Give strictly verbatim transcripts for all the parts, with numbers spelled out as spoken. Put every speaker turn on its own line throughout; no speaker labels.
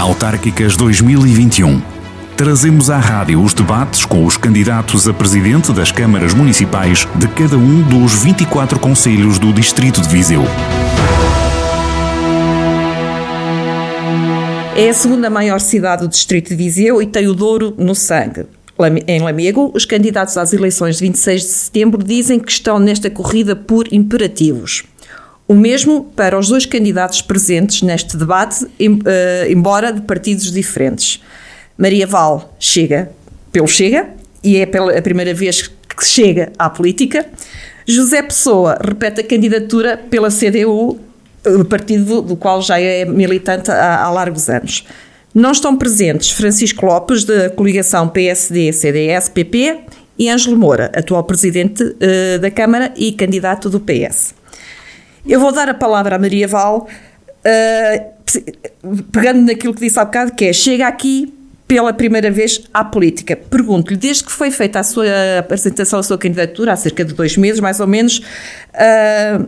Autárquicas dois mil e vinte e um. Trazemos à rádio os debates com os candidatos a presidente das câmaras municipais de cada um dos vinte e quatro concelhos do distrito de Viseu.
É a segunda maior cidade do distrito de Viseu e tem o Douro no sangue. Em Lamego, os candidatos às eleições de vinte e seis de setembro dizem que estão nesta corrida por imperativos. O mesmo para os dois candidatos presentes neste debate, embora de partidos diferentes. Maria Val chega pelo Chega, e é pela a primeira vez que chega à política. José Pessoa repete a candidatura pela C D U, partido do qual já é militante há, há largos anos. Não estão presentes Francisco Lopes, da coligação P S D C D S P P, e Ângelo Moura, atual presidente uh, da Câmara e candidato do P S. Eu vou dar a palavra à Maria Val, uh, pegando naquilo que disse há bocado, que é, chega aqui pela primeira vez à política. Pergunto-lhe, desde que foi feita a sua apresentação, a sua candidatura, há cerca de dois meses, mais ou menos, uh,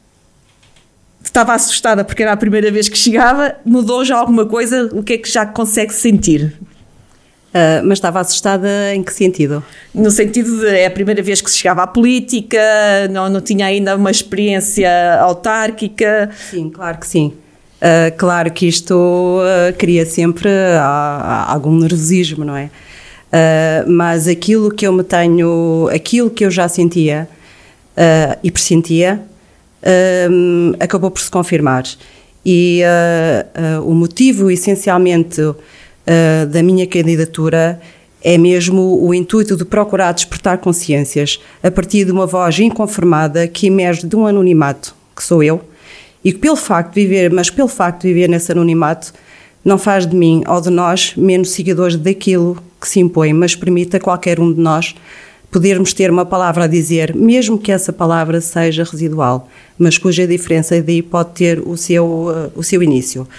estava assustada porque era a primeira vez que chegava, mudou já alguma coisa? O que é que já consegue sentir?
Uh, mas estava assustada em que sentido?
No sentido de é a primeira vez que se chegava à política, não, não tinha ainda uma experiência autárquica.
Sim, claro que sim. Uh, claro que isto uh, cria sempre uh, algum nervosismo, não é? Uh, mas aquilo que eu me tenho, aquilo que eu já sentia uh, e pressentia, uh, acabou por se confirmar. E uh, uh, o motivo, essencialmente, Uh, da minha candidatura é mesmo o intuito de procurar despertar consciências a partir de uma voz inconformada que emerge de um anonimato, que sou eu, e que pelo facto de viver, mas pelo facto de viver nesse anonimato, não faz de mim ou de nós menos seguidores daquilo que se impõe, mas permite a qualquer um de nós podermos ter uma palavra a dizer, mesmo que essa palavra seja residual, mas cuja diferença daí pode ter o seu, uh, o seu início.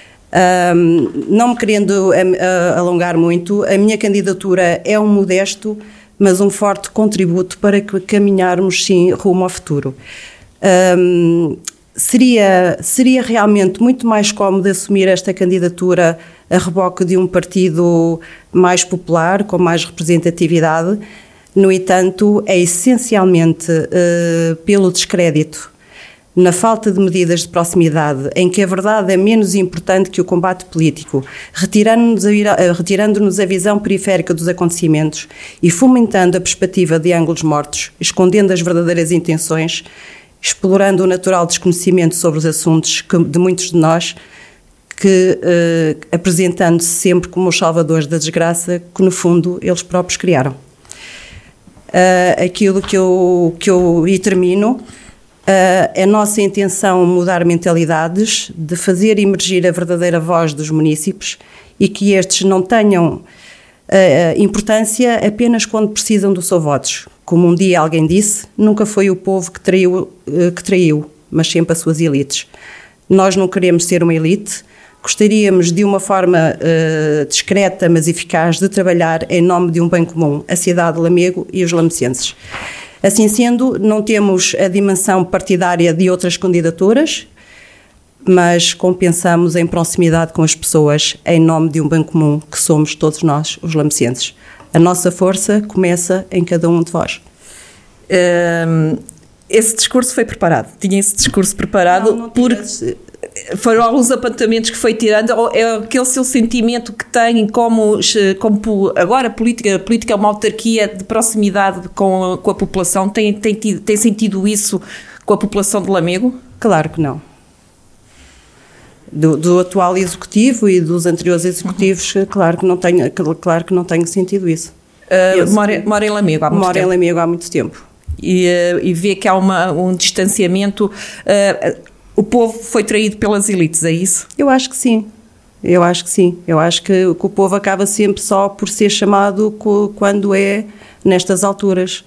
Um, não me querendo a, a, alongar muito, a minha candidatura é um modesto, mas um forte contributo para que caminharmos sim rumo ao futuro. Um, seria, seria realmente muito mais cómodo assumir esta candidatura a reboque de um partido mais popular, com mais representatividade. No entanto, é essencialmente uh, pelo descrédito, na falta de medidas de proximidade, em que a verdade é menos importante que o combate político, retirando-nos a, retirando-nos a visão periférica dos acontecimentos e fomentando a perspectiva de ângulos mortos, escondendo as verdadeiras intenções, explorando o natural desconhecimento sobre os assuntos que, de muitos de nós, que eh, apresentando-se sempre como os salvadores da desgraça que, no fundo, eles próprios criaram. Uh, aquilo que eu, que eu e termino... Uh, a nossa intenção é mudar mentalidades, de fazer emergir a verdadeira voz dos munícipes e que estes não tenham uh, importância apenas quando precisam do seu voto. Como um dia alguém disse, nunca foi o povo que traiu, uh, que traiu, mas sempre as suas elites. Nós não queremos ser uma elite, gostaríamos de uma forma uh, discreta, mas eficaz, de trabalhar em nome de um bem comum, a cidade de Lamego e os lamecenses. Assim sendo, não temos a dimensão partidária de outras candidaturas, mas compensamos em proximidade com as pessoas em nome de um bem comum que somos todos nós, os lamecenses. A nossa força começa em cada um de vós.
Um, esse discurso foi preparado? Tinha esse discurso preparado?
Não, não
por...
tivesse...
Foram alguns apontamentos que foi tirando, ou é aquele seu sentimento que tem como, como agora a política, a política é uma autarquia de proximidade com a, com a população, tem, tem, tido, tem sentido isso com a população de Lamego?
Claro que não. Do, do atual executivo e dos anteriores executivos, uhum. claro, que não tenho, claro que não tenho sentido isso.
Uh, mora, mora em Lamego há muito
mora
tempo.
Mora em Lamego há muito tempo.
E, uh, e vê que há uma, um distanciamento... Uh, O povo foi traído pelas elites, é isso?
Eu acho que sim, eu acho que sim. Eu acho que, que o povo acaba sempre só por ser chamado co, quando é nestas alturas.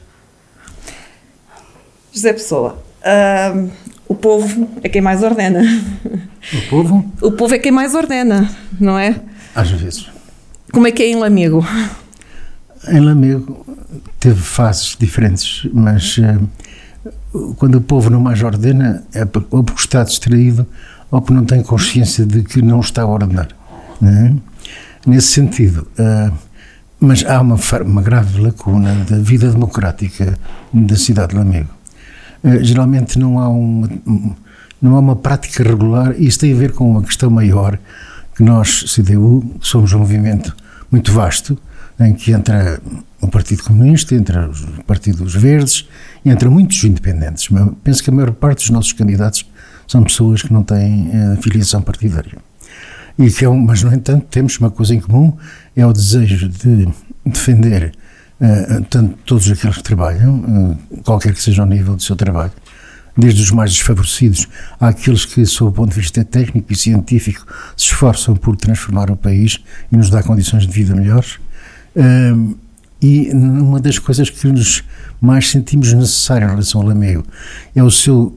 José Pessoa, uh, o povo é quem mais ordena.
O povo?
O povo é quem mais ordena, não é?
Às vezes.
Como é que é em Lamego?
Em Lamego teve fases diferentes, mas... Uh, quando o povo não mais ordena, é ou porque está distraído ou porque não tem consciência de que não está a ordenar. não é? Nesse sentido, uh, mas há uma, uma grave lacuna da vida democrática da cidade de Lamego. Uh, geralmente não há, uma, não há uma prática regular, e isso tem a ver com uma questão maior, que nós, C D U, somos um movimento muito vasto, em que entra o Partido Comunista, entra o Partido dos Verdes, entra muitos independentes. Penso que a maior parte dos nossos candidatos são pessoas que não têm uh, filiação partidária. E que é um, mas, no entanto, temos uma coisa em comum, é o desejo de defender uh, tanto todos aqueles que trabalham, uh, qualquer que seja o nível do seu trabalho, desde os mais desfavorecidos àqueles que, sob o ponto de vista técnico e científico, se esforçam por transformar o país e nos dar condições de vida melhores. Uh, e uma das coisas que nos mais sentimos necessário em relação ao Lamego é o seu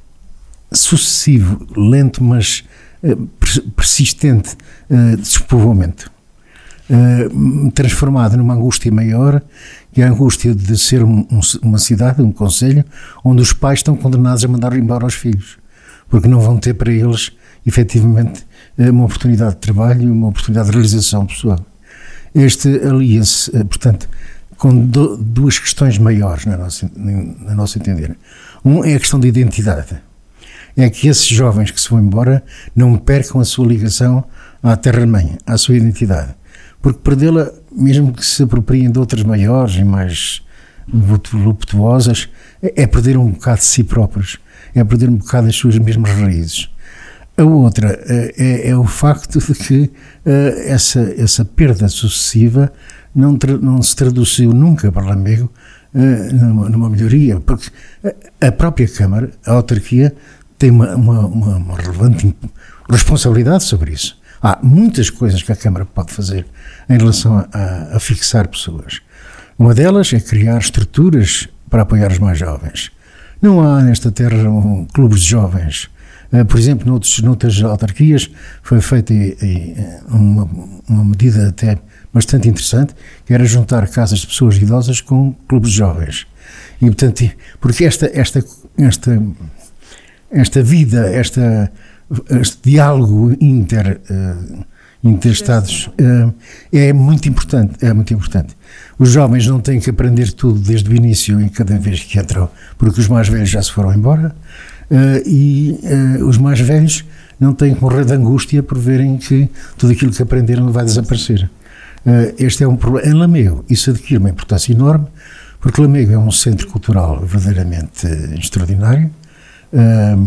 sucessivo, lento, mas uh, persistente uh, despovoamento, uh, transformado numa angústia maior, que é a angústia de ser um, um, uma cidade, um concelho, onde os pais estão condenados a mandar embora os filhos, porque não vão ter para eles, efetivamente, uma oportunidade de trabalho e uma oportunidade de realização pessoal. Este alia-se, portanto, com do, duas questões maiores, na nossa, na nossa entender. Um é a questão da identidade. É que esses jovens que se vão embora não percam a sua ligação à terra-mãe, à sua identidade. Porque perdê-la, mesmo que se apropriem de outras maiores e mais voluptuosas, é perder um bocado de si próprios, é perder um bocado as suas mesmas raízes. A outra é, é o facto de que uh, essa, essa perda sucessiva não, tra- não se traduziu nunca para Lamego uh, numa, numa melhoria, porque a própria Câmara, a autarquia, tem uma, uma, uma, uma relevante responsabilidade sobre isso. Há muitas coisas que a Câmara pode fazer em relação a, a, a fixar pessoas. Uma delas é criar estruturas para apoiar os mais jovens. Não há nesta terra um, clubes de jovens. Uh, por exemplo, noutros, noutras autarquias foi feita e, e, uma, uma medida até bastante interessante, que era juntar casas de pessoas idosas com clubes de jovens. E, portanto, porque esta, esta, esta, esta vida, esta, este diálogo inter, uh, interestados uh, é muito importante, é muito importante. Os jovens não têm que aprender tudo desde o início e cada vez que entram, porque os mais velhos já se foram embora. Uh, e uh, os mais velhos não têm que morrer de angústia por verem que tudo aquilo que aprenderam vai desaparecer. Uh, este é um problema. Em Lamego isso adquire uma importância enorme, porque Lamego é um centro cultural verdadeiramente uh, extraordinário. Uh,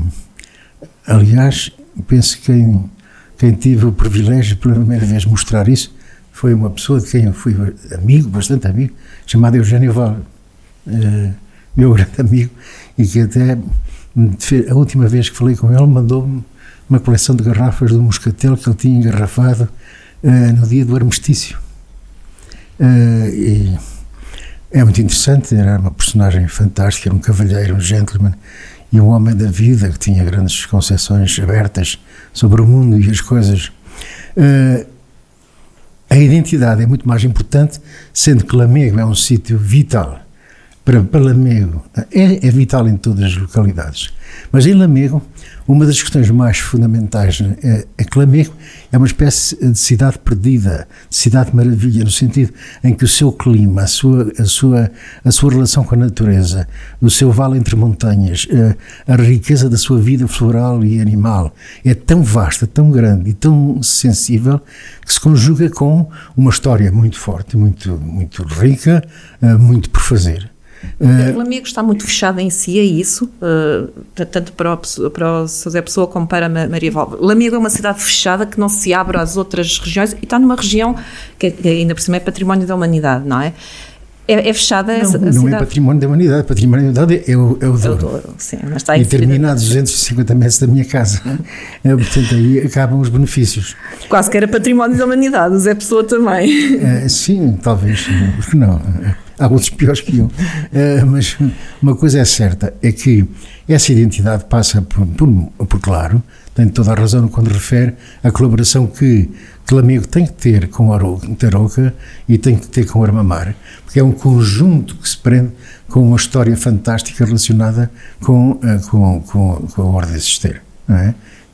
aliás, penso que quem, quem tive o privilégio pela primeira vez de mostrar isso foi uma pessoa de quem eu fui amigo, bastante amigo, chamada Eugênio Val, uh, meu grande amigo, e que até a última vez que falei com ele mandou-me uma coleção de garrafas do Moscatel que ele tinha engarrafado uh, no dia do armistício. Uh, e é muito interessante, era uma personagem fantástica, era um cavalheiro, um gentleman e um homem da vida que tinha grandes concepções abertas sobre o mundo e as coisas. Uh, a identidade é muito mais importante, sendo que Lamego é um sítio vital. Para, para Lamego, é, é vital em todas as localidades, mas em Lamego, uma das questões mais fundamentais é, é que Lamego é uma espécie de cidade perdida, de cidade maravilha, no sentido em que o seu clima, a sua, a sua, a sua relação com a natureza, o seu vale entre montanhas, a, a riqueza da sua vida floral e animal é tão vasta, tão grande e tão sensível que se conjuga com uma história muito forte, muito, muito rica, muito por fazer.
Uh, Lamego está muito fechado em si, é isso, uh, tanto para o, para o José Pessoa como para a Maria Val. Lamego é uma cidade fechada que não se abre às outras regiões e está numa região que, que ainda por cima é património da humanidade, não é? É, é fechada
não,
essa
não
cidade?
É património da humanidade, património da humanidade é o, é o Douro. É o Douro, sim, mas está e termina a duzentos e cinquenta metros da minha casa. É, portanto, aí acabam os benefícios.
Quase que era património da humanidade, o Zé Pessoa também.
É, sim, talvez, porque não. Há outros piores que eu. É, mas uma coisa é certa, é que essa identidade passa por, por, por claro, tem toda a razão quando refere à colaboração que, que Lamego tem que ter com a Arouca e tem que ter com o Armamar, porque é um conjunto que se prende com uma história fantástica relacionada com, com, com, com a Ordem de Cisteiro, não é?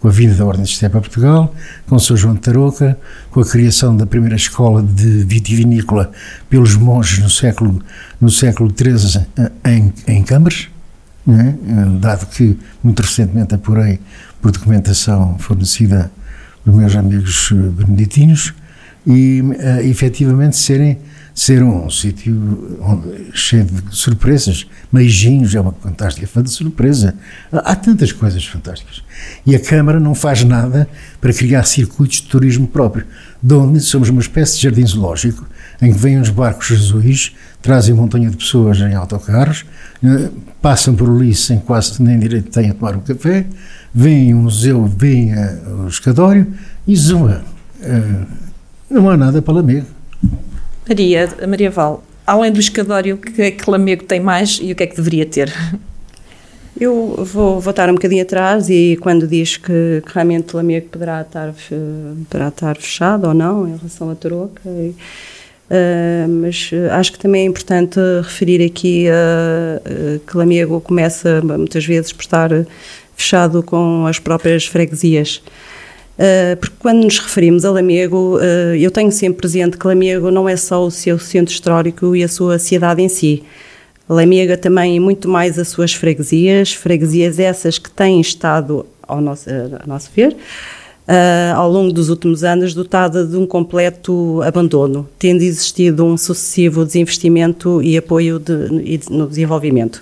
com a vinda da Ordem de Cister a Portugal, com São João de Tarouca, com a criação da primeira escola de vitivinícola pelos monges no século, no século treze em, em Câmares, né? Dado que muito recentemente apurei por documentação fornecida pelos meus amigos beneditinos, e uh, efetivamente serem, ser um sítio cheio de surpresas. Meijinhos é uma fantástica fã de surpresa. Há, há tantas coisas fantásticas. E a Câmara não faz nada para criar circuitos de turismo próprio, de onde somos uma espécie de jardim zoológico, em que vêm uns barcos azuis, trazem uma montanha de pessoas em autocarros, uh, passam por ali sem quase nem direito têm a tomar um café, vêm o museu, vêm uh, o escadório e zuma. Uh, Não há nada para Lamego.
Maria, Maria Val, além do escadório, o que é que Lamego tem mais e o que é que deveria ter?
Eu vou voltar um bocadinho atrás e quando diz que, que realmente Lamego poderá estar, poderá estar fechado ou não em relação a Tarouca, uh, mas acho que também é importante referir aqui uh, que Lamego começa muitas vezes por estar fechado com as próprias freguesias. Uh, porque quando nos referimos a Lamego, uh, eu tenho sempre presente que Lamego não é só o seu centro histórico e a sua cidade em si. Lamego é também muito mais as suas freguesias, freguesias essas que têm estado, ao nosso, a nosso ver, uh, ao longo dos últimos anos, dotada de um completo abandono, tendo existido um sucessivo desinvestimento e apoio de, de, no desenvolvimento.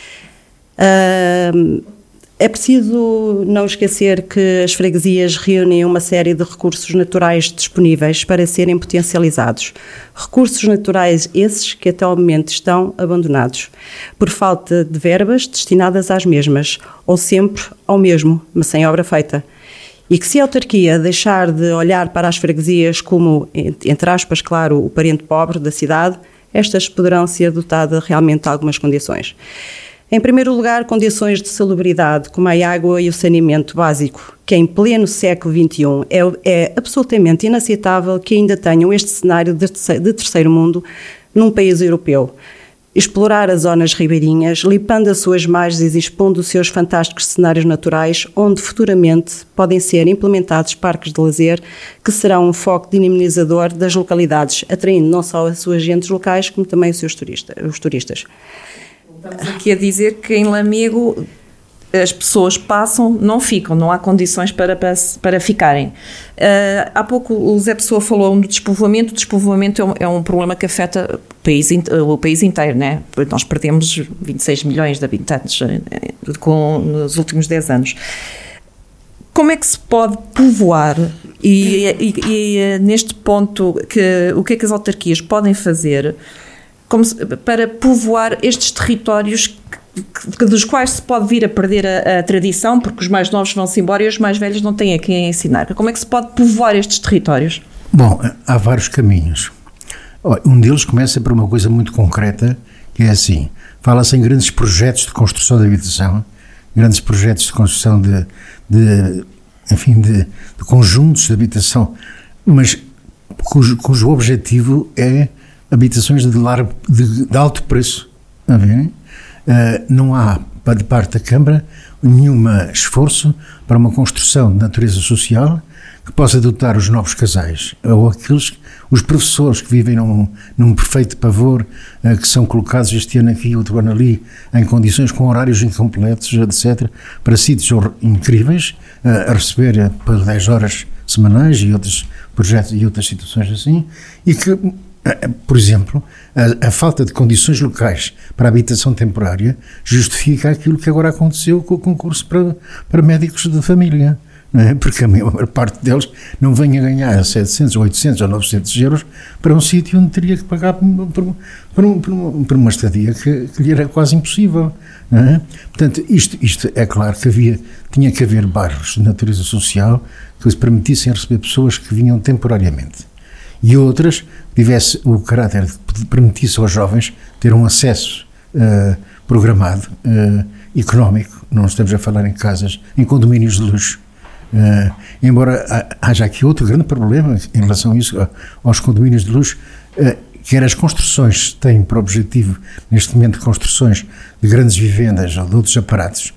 Uh, É preciso não esquecer que as freguesias reúnem uma série de recursos naturais disponíveis para serem potencializados. Recursos naturais esses que até ao momento estão abandonados, por falta de verbas destinadas às mesmas, ou sempre ao mesmo, mas sem obra feita. E que se a autarquia deixar de olhar para as freguesias como, entre aspas, claro, o parente pobre da cidade, estas poderão ser dotadas realmente de algumas condições. Em primeiro lugar, condições de salubridade, como a água e o saneamento básico, que em pleno século vinte e um é, é absolutamente inaceitável que ainda tenham este cenário de terceiro, de terceiro mundo num país europeu. Explorar as zonas ribeirinhas, limpando as suas margens e expondo os seus fantásticos cenários naturais, onde futuramente podem ser implementados parques de lazer, que serão um foco dinamizador das localidades, atraindo não só as suas agentes locais, como também os seus turistas, os turistas.
Estamos aqui a dizer que em Lamego as pessoas passam, não ficam, não há condições para, para, para ficarem. Uh, há pouco o Zé Pessoa falou no despovoamento. O despovoamento é um, é um problema que afeta o país, o país inteiro, né? Nós perdemos vinte e seis milhões de habitantes com, nos últimos dez anos. Como é que se pode povoar e, e, e neste ponto, que, o que é que as autarquias podem fazer como se, para povoar estes territórios que, que, dos quais se pode vir a perder a, a tradição, porque os mais novos vão-se embora e os mais velhos não têm a quem ensinar? Como é que se pode povoar estes territórios?
Bom, há vários caminhos. Um deles começa por uma coisa muito concreta, que é assim, fala-se em grandes projetos de construção de habitação, grandes projetos de construção de, de enfim, de, de conjuntos de habitação, mas cujo, cujo objetivo é habitações de, largo, de, de alto preço. A ver? Uh, não há, de parte da Câmara, nenhum esforço para uma construção de natureza social que possa dotar os novos casais, ou aqueles, os professores que vivem num, num perfeito pavor, uh, que são colocados este ano aqui, outro ano ali, em condições com horários incompletos, etcétera, para sítios incríveis, uh, a receber por dez horas semanais e outros projetos e outras situações assim, e que, por exemplo, a, a falta de condições locais para a habitação temporária justifica aquilo que agora aconteceu com o concurso para, para médicos de família, não é? Porque a maior parte deles não vem a ganhar setecentos, oitocentos ou novecentos euros para um sítio onde teria que pagar por, por, por, um, por, uma, por uma estadia que, que lhe era quase impossível, não é? Portanto, isto, isto é claro que havia, tinha que haver bairros de natureza social que lhes permitissem receber pessoas que vinham temporariamente, e outras tivesse o caráter de permitisse aos jovens ter um acesso uh, programado, uh, económico. Não estamos a falar em casas, em condomínios de luxo. Uh, embora haja aqui outro grande problema em relação a isso, aos condomínios de luxo, uh, que era as construções têm por objetivo, neste momento, construções de grandes vivendas ou de outros aparatos,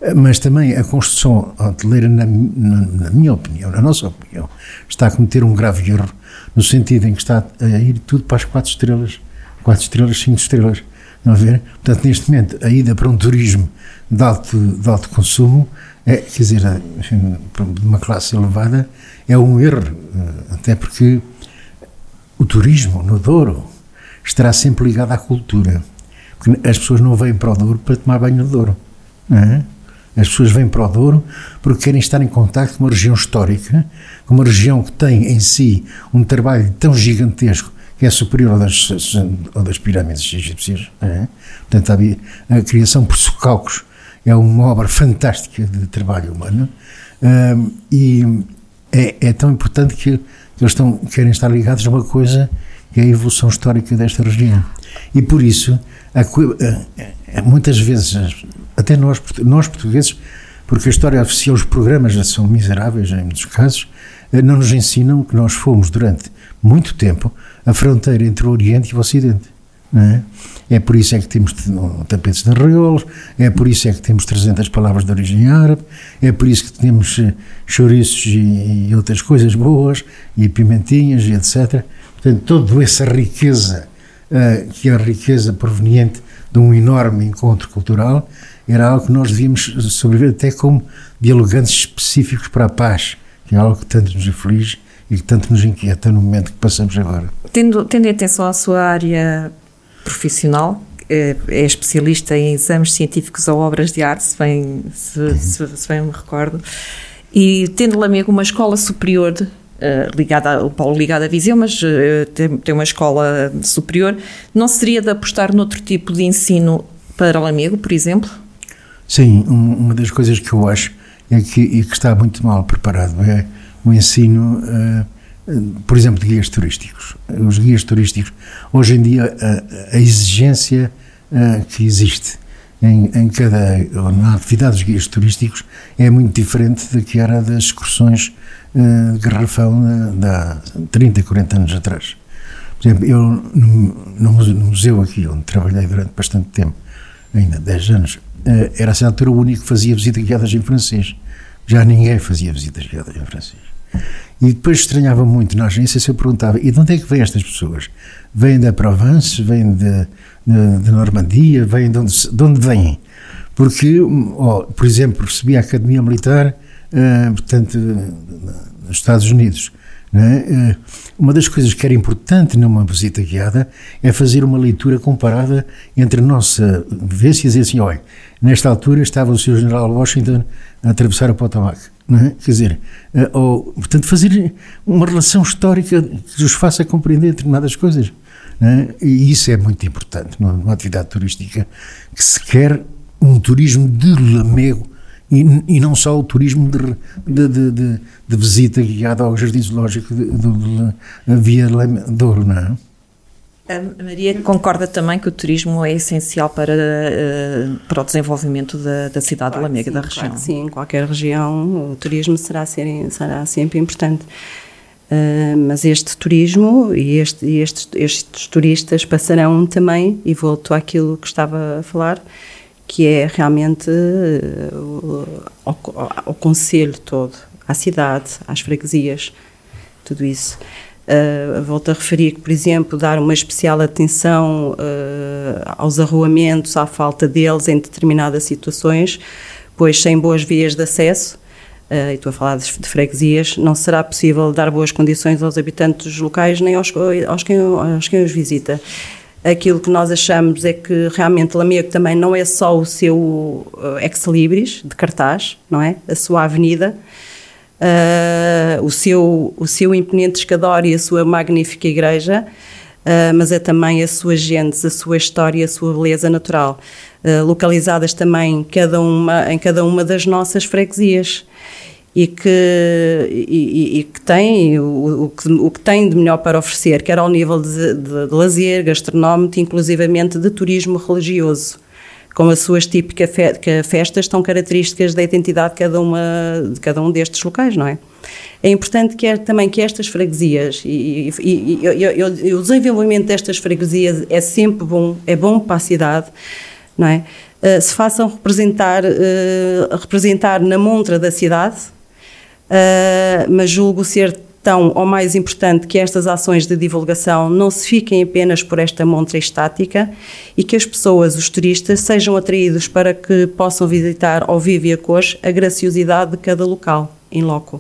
Mas também a construção hoteleira, na, na, na minha opinião, na nossa opinião, está a cometer um grave erro, no sentido em que está a ir tudo para as quatro estrelas, quatro estrelas, cinco estrelas, não a ver? Portanto, neste momento, a ida para um turismo de alto, de alto consumo, é, quer dizer, de uma classe elevada, é um erro, até porque o turismo no Douro estará sempre ligado à cultura, porque as pessoas não vêm para o Douro para tomar banho no Douro, não é? As pessoas vêm para o Douro porque querem estar em contacto com uma região histórica, com uma região que tem em si um trabalho tão gigantesco que é superior ao das, ao das pirâmides egípcias. É? Portanto, a, a criação por socalcos é uma obra fantástica de trabalho humano, um, e é, é tão importante que, que eles estão, querem estar ligados a uma coisa que é a evolução histórica desta região. E por isso, a, a, a, muitas vezes, até nós, nós portugueses, porque a história oficial, os programas já são miseráveis em muitos casos, não nos ensinam que nós fomos durante muito tempo a fronteira entre o Oriente e o Ocidente. Não é? É por isso é que temos tapetes de arraiolos, é por isso é que temos trezentas palavras de origem árabe, é por isso que temos chouriços e, e outras coisas boas, e pimentinhas e etcétera. Portanto, toda essa riqueza, uh, que é a riqueza proveniente de um enorme encontro cultural, era algo que nós devíamos sobreviver até como dialogantes específicos para a paz, que é algo que tanto nos aflige e que tanto nos inquieta no momento que passamos agora. Tendo,
tendo atenção à sua área profissional, é, é especialista em exames científicos ou obras de arte, se bem, se, se, se bem me recordo, e tendo Lamego uma escola superior de, uh, ligada, o Paulo ligado a Viseu, mas uh, tem, tem uma escola superior, não seria de apostar noutro tipo de ensino para Lamego, por exemplo?
Sim, um, uma das coisas que eu acho é que, e que está muito mal preparado é o ensino, uh, uh, por exemplo, de guias turísticos. Os guias turísticos, hoje em dia, a, a exigência uh, que existe em, em cada, ou na atividade dos guias turísticos é muito diferente da que era das excursões uh, de garrafão de há trinta, quarenta anos atrás. Por exemplo, eu no, no museu aqui, onde trabalhei durante bastante tempo, ainda dez anos, uh, era a certa altura o único que fazia visitas guiadas em francês. Já ninguém fazia visitas guiadas em francês. E depois estranhava muito na agência se eu perguntava, e de onde é que vêm estas pessoas? Vêm da Provence, vêm de, de, de Normandia, vêm de onde, de onde vêm? Porque, oh, por exemplo, recebi a Academia Militar, uh, portanto, nos Estados Unidos. Né? Uma das coisas que era importante numa visita guiada é fazer uma leitura comparada entre a nossa vivência e dizer assim, olha, nesta altura estava o seu General Washington a atravessar o Potomac, não é? Quer dizer, ou, portanto, fazer uma relação histórica que os faça compreender determinadas coisas, não é? E isso é muito importante numa atividade turística, que se quer um turismo de Lamego, E, e não só o turismo de, de, de, de, de visita guiada ao Jardim Zoológico de, de, de, de Via Douro, não é?
A Maria concorda também que o turismo é essencial para, para o desenvolvimento da, da cidade claro, de Lamego, sim, da região.
Claro, sim, em qualquer região o turismo será, ser, será sempre importante. Uh, mas este turismo e este, estes, estes turistas passarão também, e volto àquilo que estava a falar, que é realmente uh, ao, ao concelho todo, à cidade, às freguesias, tudo isso. Uh, volto a referir que, por exemplo, dar uma especial atenção uh, aos arruamentos, à falta deles em determinadas situações, pois sem boas vias de acesso, uh, e estou a falar de, de freguesias, não será possível dar boas condições aos habitantes locais nem aos, aos, quem, aos quem os visita. Aquilo que nós achamos é que realmente Lamego também não é só o seu uh, ex-libris de cartaz, não é? A sua avenida, uh, o, seu, o seu imponente escador e a sua magnífica igreja, uh, mas é também a sua gentes, a sua história, a sua beleza natural, uh, localizadas também cada uma, em cada uma das nossas freguesias. E que, e, e que tem o, o, que, o que tem de melhor para oferecer, quer ao nível de, de, de lazer, gastronómico, inclusivamente de turismo religioso, com as suas típicas fe, festas tão características da identidade de cada, uma, de cada um destes locais, não é? É importante que é, também que estas freguesias, e, e, e, e, e o desenvolvimento destas freguesias é sempre bom, é bom para a cidade, não é? uh, se façam representar, uh, representar na montra da cidade, uh, mas julgo ser tão ou mais importante que estas ações de divulgação não se fiquem apenas por esta montra estática e que as pessoas, os turistas, sejam atraídos para que possam visitar ao vivo e a cores a graciosidade de cada local, em loco.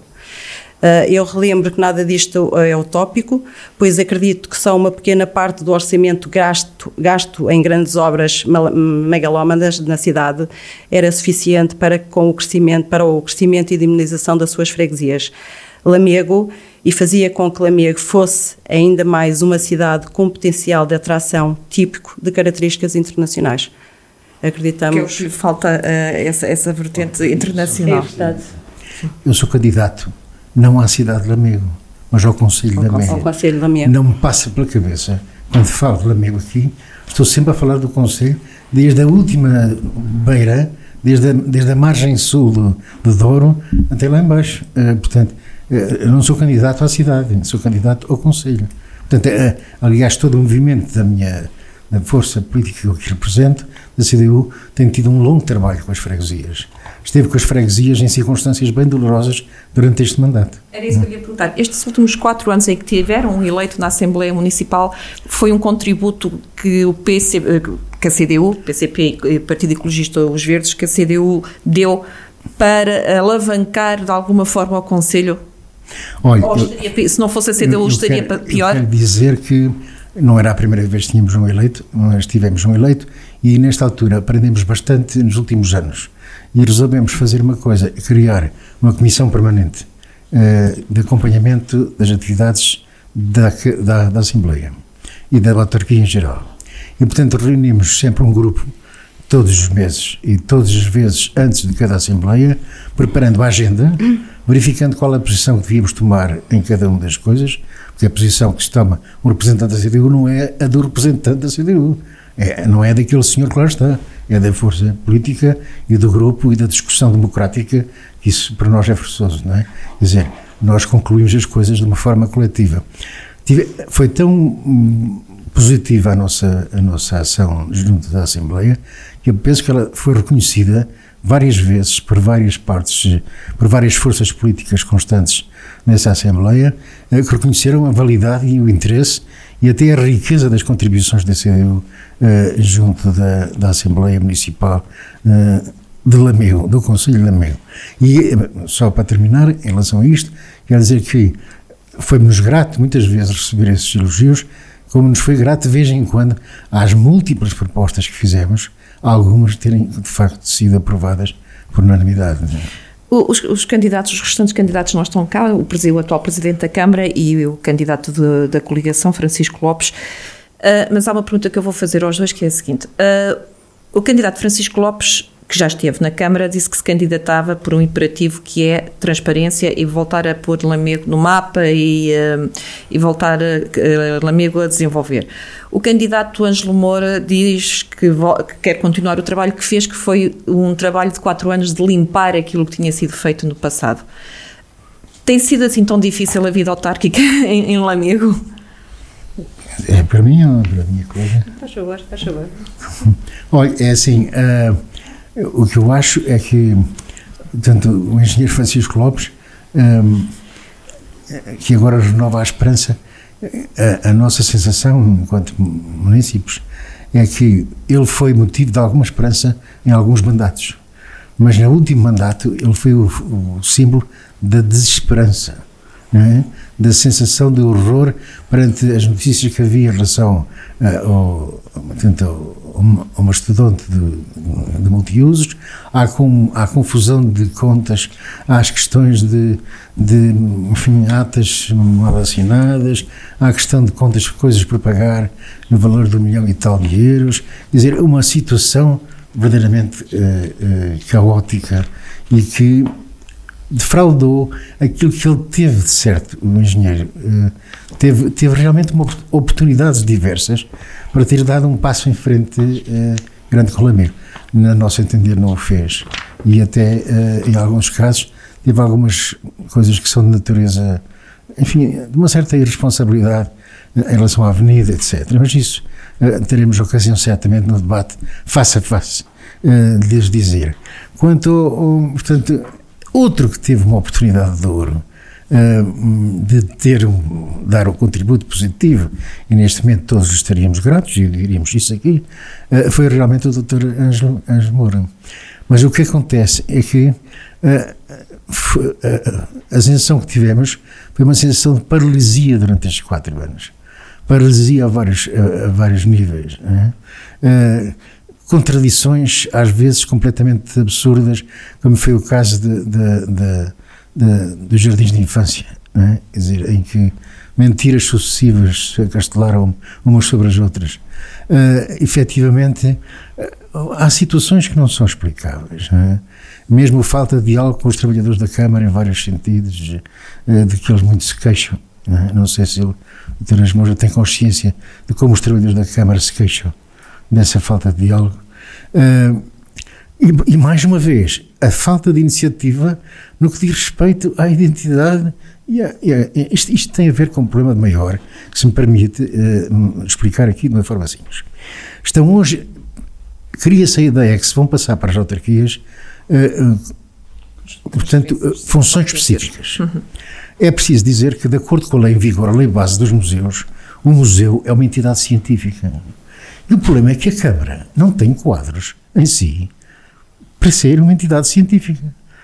Eu relembro que nada disto é utópico, pois acredito que só uma pequena parte do orçamento gasto, gasto em grandes obras megalómanas na cidade era suficiente para, com o crescimento, para o crescimento e dinamização das suas freguesias. Lamego, e fazia com que Lamego fosse ainda mais uma cidade com potencial de atração típico de características internacionais. Acreditamos...
Que falta uh, essa, essa vertente internacional.
É verdade.
Eu sou candidato, não à cidade de Lamego, mas ao Conselho de Lamego.
Ao Conselho de Lamego.
Não me passa pela cabeça, quando falo de Lamego aqui, estou sempre a falar do Conselho, desde a última beira, desde a, desde a margem sul do, do Douro até lá embaixo. Uh, portanto, eu não sou candidato à cidade, sou candidato ao Conselho. Portanto, é, aliás, todo o movimento da minha da força política que represento, da C D U, tem tido um longo trabalho com as freguesias. Esteve com as freguesias em circunstâncias bem dolorosas durante este mandato.
Era isso que eu ia perguntar. Estes últimos quatro anos em que tiveram um eleito na Assembleia Municipal, foi um contributo que o P C, que a C D U, P C P e Partido Ecologista Os Verdes, que a C D U deu para alavancar de alguma forma o Conselho?
Olha,
estaria, se não fosse a C D U, eu, eu estaria
quero,
pior?
Eu quero dizer que não era a primeira vez que tínhamos um eleito, nós tivemos um eleito e nesta altura aprendemos bastante nos últimos anos e resolvemos fazer uma coisa, criar uma comissão permanente uh, de acompanhamento das atividades da, da, da Assembleia e da autarquia em geral. E, portanto, reunimos sempre um grupo todos os meses e todas as vezes antes de cada Assembleia, preparando a agenda, verificando qual a posição que devíamos tomar em cada uma das coisas, porque a posição que se toma um representante da C D U não é a do representante da C D U, é, não é daquele senhor que lá está, é da força política e do grupo e da discussão democrática, que isso para nós é forçoso, não é? Quer dizer, nós concluímos as coisas de uma forma coletiva. Tive, foi tão hum, positiva a nossa, a nossa ação junto da Assembleia, que eu penso que ela foi reconhecida várias vezes por várias partes, por várias forças políticas constantes nessa Assembleia, que reconheceram a validade e o interesse e até a riqueza das contribuições da C D U eh, junto da, da Assembleia Municipal eh, de Lamego, do Conselho de Lamego. E só para terminar, em relação a isto, quero dizer que foi-nos grato muitas vezes receber esses elogios, como nos foi grato de vez em quando às múltiplas propostas que fizemos, algumas terem de facto sido aprovadas por unanimidade.
Os, os candidatos, os restantes candidatos não estão cá, o, o atual Presidente da Câmara e o candidato de, da coligação, Francisco Lopes, uh, mas há uma pergunta que eu vou fazer aos dois, que é a seguinte. Uh, o candidato Francisco Lopes, que já esteve na Câmara, disse que se candidatava por um imperativo que é transparência e voltar a pôr Lamego no mapa e, uh, e voltar a, a Lamego a desenvolver. O candidato Ângelo Moura diz que, vo- que quer continuar o trabalho que fez, que foi um trabalho de quatro anos de limpar aquilo que tinha sido feito no passado. Tem sido assim tão difícil a vida autárquica em, em Lamego?
É para mim ou para a minha coisa?
Faz favor, faz favor.
Olha, é assim, uh, o que eu acho é que, portanto, o engenheiro Francisco Lopes, um, que agora renova a esperança, a, a nossa sensação, enquanto munícipes, é que ele foi motivo de alguma esperança em alguns mandatos, mas no último mandato ele foi o, o símbolo da desesperança, não é? Da sensação de horror perante as notícias que havia em relação uh, ao, portanto, ao, ao mastodonte de, de multiusos, à, com, à confusão de contas, às questões de, de enfim, atas mal assinadas, à questão de contas, coisas por pagar no valor de um milhão e tal de euros, quer dizer, uma situação verdadeiramente uh, uh, caótica e que defraudou aquilo que ele teve de certo, o engenheiro. Uh, teve, teve realmente uma oportunidades diversas para ter dado um passo em frente uh, grande com o Lamego. Na nosso entender não o fez. E até, uh, em alguns casos, teve algumas coisas que são de natureza, enfim, de uma certa irresponsabilidade uh, em relação à avenida, etcétera. Mas isso uh, teremos ocasião certamente no debate face a face uh, de lhes dizer. Quanto ao, ao, portanto, outro que teve uma oportunidade de ouro uh, de ter um, dar um contributo positivo, e neste momento todos estaríamos gratos e diríamos isso aqui, uh, foi realmente o doutor Ângelo, Ângelo Moura. Mas o que acontece é que uh, foi, uh, a sensação que tivemos foi uma sensação de paralisia durante estes quatro anos. Paralisia a vários, a, a vários níveis. Né? Uh, contradições, às vezes, completamente absurdas, como foi o caso de, de, de, de, dos jardins de infância, né? Quer dizer, em que mentiras sucessivas se acastelaram umas sobre as outras. Uh, efetivamente, uh, há situações que não são explicáveis. Né? Mesmo a falta de diálogo com os trabalhadores da Câmara, em vários sentidos, uh, de que eles muito se queixam. Né? Não sei se ele, o doutor Ângelo Moura tem consciência de como os trabalhadores da Câmara se queixam dessa falta de diálogo. Uh, e, e, mais uma vez, a falta de iniciativa no que diz respeito à identidade. E a, e a, isto, isto tem a ver com um problema maior, que se me permite uh, explicar aqui de uma forma simples. Estão hoje, cria-se a ideia que se vão passar para as autarquias, uh, uh, portanto, uh, funções específicas. Uhum. É preciso dizer que, de acordo com a lei em vigor, a lei base dos museus, o museu é uma entidade científica. E o problema é que a Câmara não tem quadros em si para ser uma entidade científica.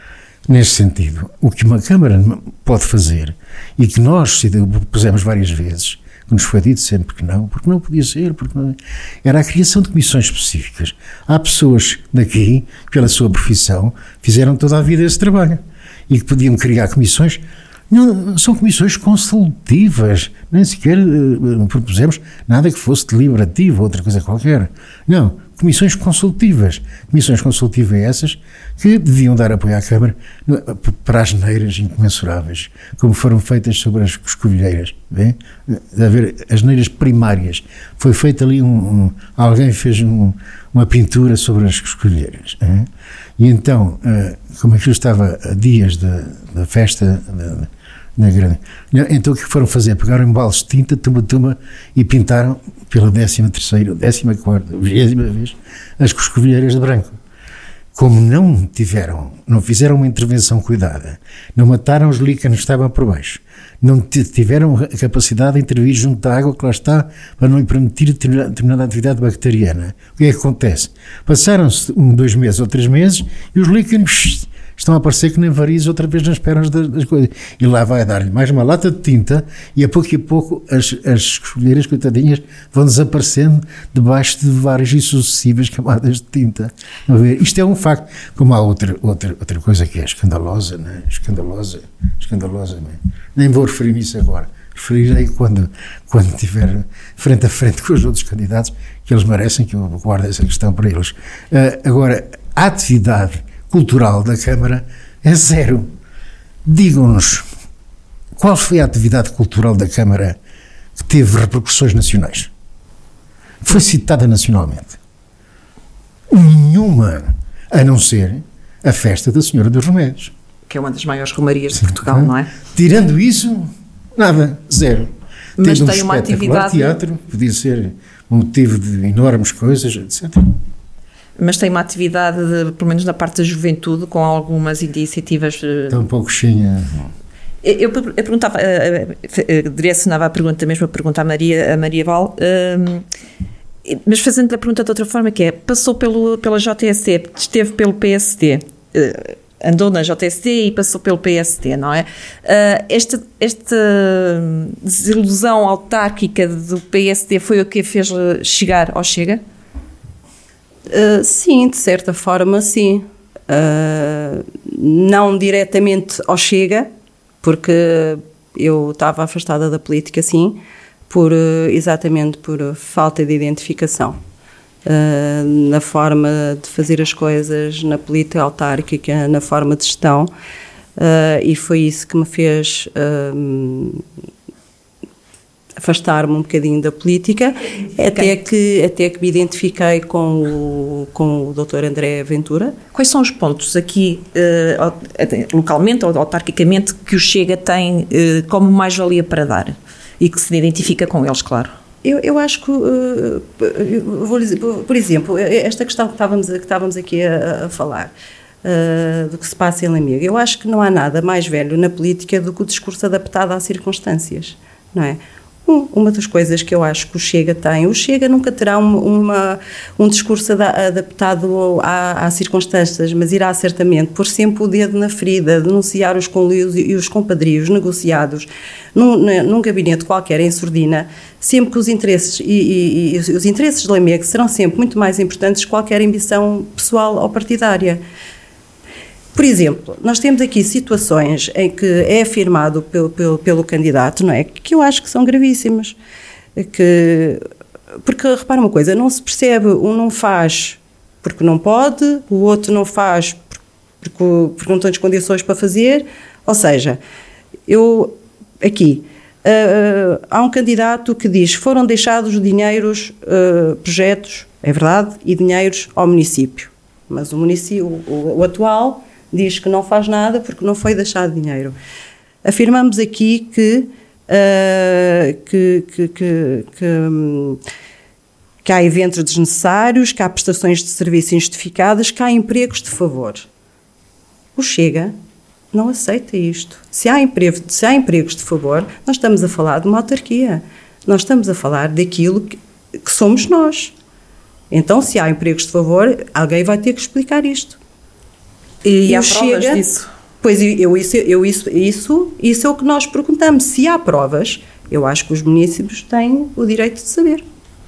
Neste sentido, o que uma Câmara pode fazer, e que nós pusemos várias vezes, que nos foi dito sempre que não, porque não podia ser, porque não, era a criação de comissões específicas. Há pessoas daqui, pela sua profissão, fizeram toda a vida esse trabalho, e que podiam criar comissões. Não, são comissões consultivas, nem sequer uh, propusemos nada que fosse deliberativo, outra coisa qualquer. Não, comissões consultivas. Comissões consultivas essas que deviam dar apoio à Câmara para as neiras incomensuráveis, como foram feitas sobre as coscovilheiras. Bem? A ver, as neiras primárias. Foi feito ali um... um alguém fez um, uma pintura sobre as coscovilheiras. Hein? E então, uh, como aquilo estava a dias da, da festa... Da, na grande. Então o que foram fazer? Pegaram em baldes de tinta, tuma-tuma, e pintaram pela décima terceira, décima quarta, vigésima vez as coscovilheiras de branco. Como não tiveram, não fizeram uma intervenção cuidada, não mataram os líquenes que estavam por baixo, não tiveram a capacidade de intervir junto à água que lá está para não lhe permitir determinada atividade bacteriana. O que é que acontece? Passaram-se um, dois meses ou três meses e os líquenes estão a aparecer que nem varizes outra vez nas pernas das, das coisas. E lá vai dar-lhe mais uma lata de tinta e a pouco e a pouco as, as escolheiras, coitadinhas, vão desaparecendo debaixo de várias e sucessivas camadas de tinta. A ver? Isto é um facto. Como há outra, outra, outra coisa que é escandalosa, né? escandalosa, escandalosa. Né? Nem vou referir nisso agora. Referirei quando, quando estiver frente a frente com os outros candidatos, que eles merecem, que eu guardo essa questão para eles. Uh, agora, a atividade cultural da Câmara é zero. Digam-nos, qual foi a atividade cultural da Câmara que teve repercussões nacionais? Foi citada nacionalmente? Nenhuma, a não ser a festa da Senhora dos Remédios.
Que é uma das maiores romarias de Portugal, não é?
Tirando isso, nada, zero.
Mas
Tendo
tem
um
uma atividade...
teatro, podia ser um motivo de enormes coisas, etcétera.
Mas tem uma atividade, de, pelo menos na parte da juventude, com algumas iniciativas...
Está um pouco cheia.
Eu, eu, eu perguntava, eu direcionava a pergunta mesmo a perguntar a Maria, a Maria Val, um, mas fazendo a pergunta de outra forma, que é, passou pelo, pela J S D, esteve pelo P S D, uh, andou na J S D e passou pelo P S D, não é? Uh, esta, esta desilusão autárquica do P S D foi o que a fez chegar ao Chega?
Uh, sim, de certa forma, sim. Uh, não diretamente ao Chega, porque eu estava afastada da política, sim, por, uh, exatamente por falta de identificação uh, na forma de fazer as coisas, na política autárquica, na forma de gestão, uh, e foi isso que me fez... Uh, afastar-me um bocadinho da política, até que, até que me identifiquei com o, com o doutor André Ventura.
Quais são os pontos aqui, uh, localmente ou autarquicamente, que o Chega tem uh, como mais-valia para dar e que se identifica com eles, claro?
Eu, eu acho que, uh, vou dizer, por exemplo, esta questão que estávamos, que estávamos aqui a, a falar, uh, do que se passa em Lamego, eu acho que não há nada mais velho na política do que o discurso adaptado às circunstâncias, não é? Um, uma das coisas que eu acho que o Chega tem, o Chega nunca terá uma, uma, um discurso ad, adaptado à, às circunstâncias, mas irá certamente pôr sempre o dedo na ferida, denunciar os conluios e os compadrios negociados num, num gabinete qualquer em sordina, sempre que os interesses e, e, e os interesses de Lamego serão sempre muito mais importantes que qualquer ambição pessoal ou partidária. Por exemplo, nós temos aqui situações em que é afirmado pelo, pelo, pelo candidato, não é? Que eu acho que são gravíssimas. Que, porque, repara uma coisa, não se percebe, um não faz porque não pode, o outro não faz porque, porque não tem as condições para fazer. Ou seja, eu, aqui, uh, há um candidato que diz que foram deixados dinheiros, uh, projetos, é verdade, e dinheiros ao município. Mas o município, o, o atual, diz que não faz nada porque não foi deixado dinheiro. Afirmamos aqui que, uh, que, que, que, que, um, que há eventos desnecessários, que há prestações de serviço injustificadas, que há empregos de favor. O Chega não aceita isto. Se há, emprego, se há empregos de favor, nós estamos a falar de uma autarquia. Nós estamos a falar daquilo que, que somos nós. Então, se há empregos de favor, alguém vai ter que explicar isto.
E, e há provas Chega, disso?
Pois, eu, isso, eu, isso, isso, isso é o que nós perguntamos. Se há provas, eu acho que os municípios têm o direito de saber.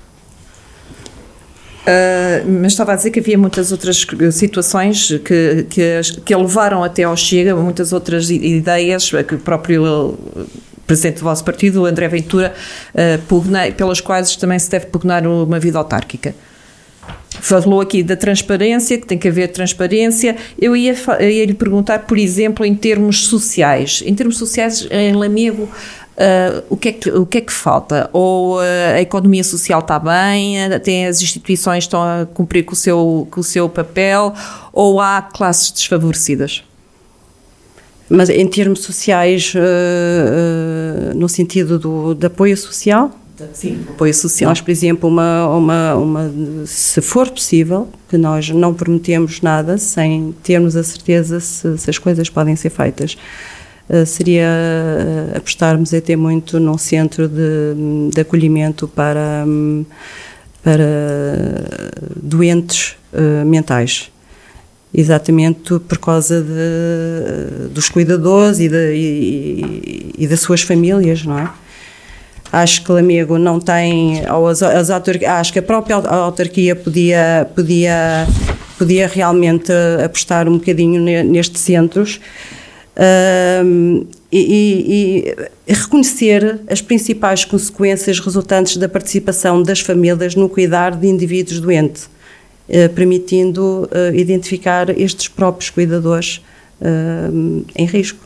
Uh, mas estava a dizer que havia muitas outras situações que, que, que levaram até ao Chega, muitas outras ideias que o próprio presidente do vosso partido, André Ventura, uh, pugna, pelas quais também se deve pugnar uma vida autárquica. Falou aqui da transparência, que tem que haver transparência. Eu ia, ia lhe perguntar, por exemplo, em termos sociais. Em termos sociais, em Lamego, uh, o, que é que, o que é que falta? Ou uh, a economia social está bem, tem as instituições estão a cumprir com o seu, com o seu papel, ou há classes desfavorecidas?
Mas em termos sociais, uh, uh, no sentido do, de apoio social?
Sim, apoio social.
Nós, por exemplo, uma, uma, uma, se for possível, que nós não prometemos nada sem termos a certeza se, se as coisas podem ser feitas, uh, seria uh, apostarmos até muito num centro de, de acolhimento para, um, para doentes uh, mentais. Exatamente por causa de, dos cuidadores e, de, e, e das suas famílias, não é? Acho que Lamego não tem, ou as, as autarquias, acho que a própria autarquia podia, podia, podia realmente apostar um bocadinho nestes centros um, e, e, e reconhecer as principais consequências resultantes da participação das famílias no cuidar de indivíduos doentes, uh, permitindo uh, identificar estes próprios cuidadores uh, em risco.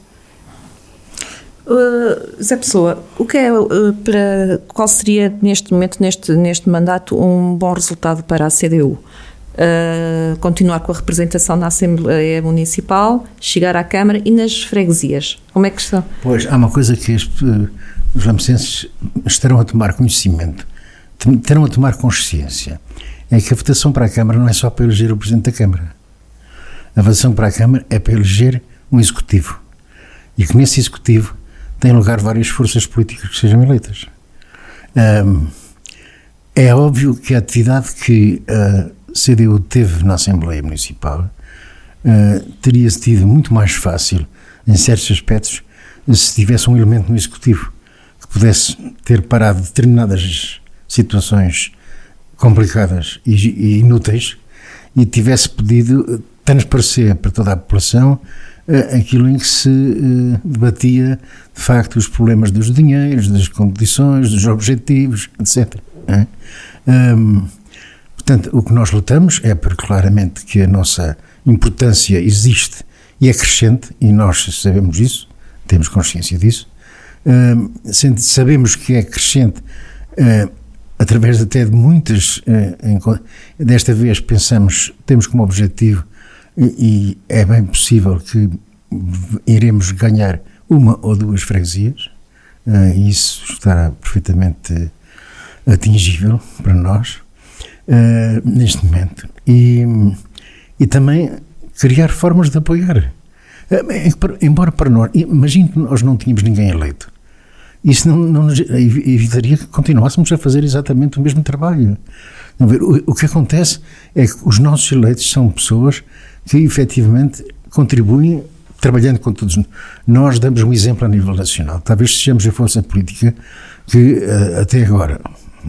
Uh, Zé Pessoa, o que é, uh, para, qual seria neste momento, neste, neste mandato, um bom resultado para a C D U? Uh, continuar com a representação na Assembleia Municipal, chegar à Câmara e nas freguesias. Como é que estão?
Pois, há uma coisa que os, os lamecenses estarão a tomar conhecimento, terão a tomar consciência, é que a votação para a Câmara não é só para eleger o Presidente da Câmara. A votação para a Câmara é para eleger um Executivo. E que nesse Executivo tem lugar várias forças políticas que sejam eleitas. Um, é óbvio que a atividade que a C D U teve na Assembleia Municipal uh, teria sido muito mais fácil, em certos aspectos, se tivesse um elemento no Executivo que pudesse ter parado determinadas situações complicadas e, e inúteis e tivesse podido transparecer para toda a população aquilo em que se uh, debatia, de facto, os problemas dos dinheiros, das condições, dos objetivos, etcétera. É? Um, portanto, o que nós lutamos é porque, claramente, que a nossa importância existe e é crescente, e nós sabemos isso, temos consciência disso. Um, sabemos que é crescente uh, através até de muitas, uh, em, desta vez pensamos, temos como objetivo e é bem possível que iremos ganhar uma ou duas freguesias, uh, e isso estará perfeitamente atingível para nós uh, neste momento. E, e também criar formas de apoiar. Uh, embora para nós, imagino que nós não tínhamos ninguém eleito. Isso não, não nos evitaria que continuássemos a fazer exatamente o mesmo trabalho. O, o que acontece é que os nossos eleitos são pessoas que efetivamente contribuem, trabalhando com todos. Nós damos um exemplo a nível nacional. Talvez sejamos a força política que uh, até agora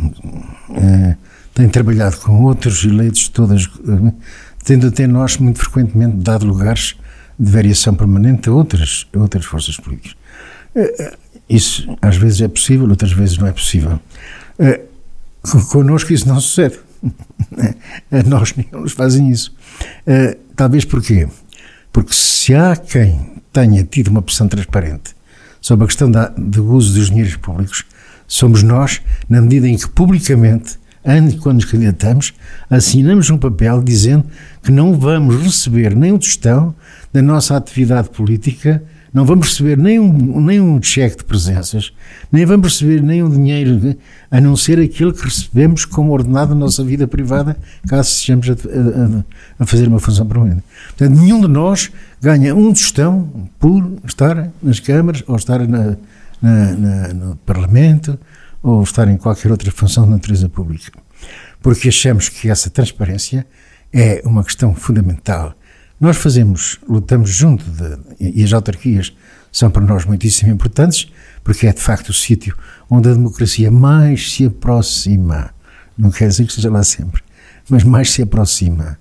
uh, tem trabalhado com outros eleitos, todas, uh, tendo até nós muito frequentemente dado lugares de variação permanente a outras, a outras forças políticas. Uh, isso às vezes é possível, outras vezes não é possível. Uh, connosco isso não sucede. A nós não nos fazem isso. Uh, talvez porquê? Porque se há quem tenha tido uma pressão transparente sobre a questão da, do uso dos dinheiros públicos, somos nós, na medida em que publicamente, antes de quando nos candidatamos, assinamos um papel dizendo que não vamos receber nem um tostão da nossa atividade política, não vamos receber nem um, nem um cheque de presenças, nem vamos receber nem um dinheiro, a não ser aquilo que recebemos como ordenado na nossa vida privada, caso estejamos a, a, a fazer uma função permanente. Portanto, nenhum de nós ganha um tostão por estar nas câmaras, ou estar na, na, na, no Parlamento, ou estar em qualquer outra função de natureza pública. Porque achamos que essa transparência é uma questão fundamental. Nós fazemos, lutamos junto, de, e as autarquias são para nós muitíssimo importantes, porque é de facto o sítio onde a democracia mais se aproxima, não quer dizer que esteja lá sempre, mas mais se aproxima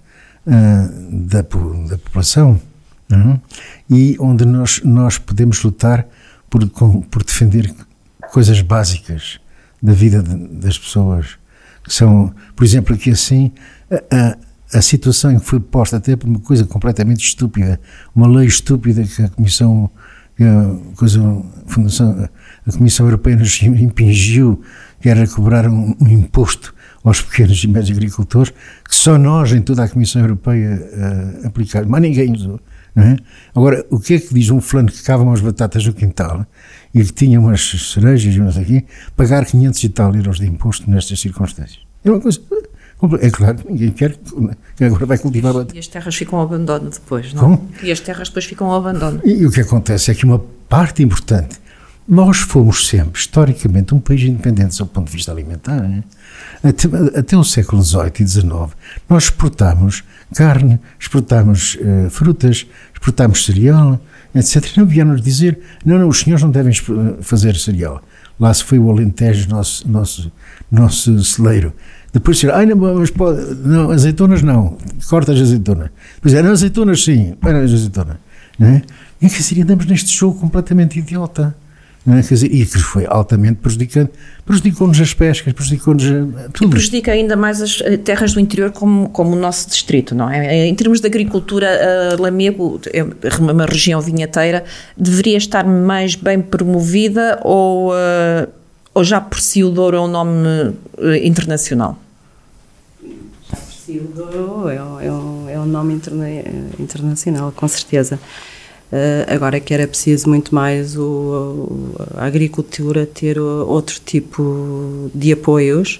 uh, da, da população, uh, e onde nós, nós podemos lutar por, com, por defender coisas básicas da vida de, das pessoas, que são, por exemplo, aqui assim, a, a a situação em que foi posta até por uma coisa completamente estúpida, uma lei estúpida que a Comissão, que a, coisa, a, Fundação, a Comissão Europeia nos impingiu, que era cobrar um, um imposto aos pequenos e médios agricultores, que só nós em toda a Comissão Europeia uh, aplicamos, mas ninguém usou. Não é? Agora, o que é que diz um fulano que cava umas batatas no quintal e que tinha umas cerejas e umas aqui, pagar quinhentos e tal euros de imposto nestas circunstâncias? É uma coisa... É claro, ninguém quer que agora vai cultivar.
E as terras ficam ao abandono depois, não?
Como?
E as terras depois ficam ao abandono.
E, e o que acontece é que uma parte importante, nós fomos sempre, historicamente, um país independente do ponto de vista alimentar. Né? Até, até o século dezoito e dezenove, nós exportámos carne, exportámos uh, frutas, exportámos cereal, etcétera. Não vieram-nos dizer, não, não, os senhores não devem fazer cereal. Lá se foi o Alentejo, nosso, nosso, nosso celeiro. Depois disseram, ah, não, mas pode, não, azeitonas não, corta as azeitonas. Depois disseram, azeitonas sim, para as azeitonas. Não é? E quer dizer, andamos neste jogo completamente idiota. Não é? Quer dizer, e que foi altamente prejudicante. Prejudicou-nos as pescas, prejudicou-nos tudo.
E prejudica ainda mais as terras do interior como, como o nosso distrito, não é? Em termos de agricultura, a Lamego, é uma região vinheteira, deveria estar mais bem promovida ou, uh, ou já por si o Douro é um nome uh, internacional?
Já por si o Douro é, é, um, é um nome interna internacional, com certeza. Uh, agora que era preciso muito mais o, a agricultura ter outro tipo de apoios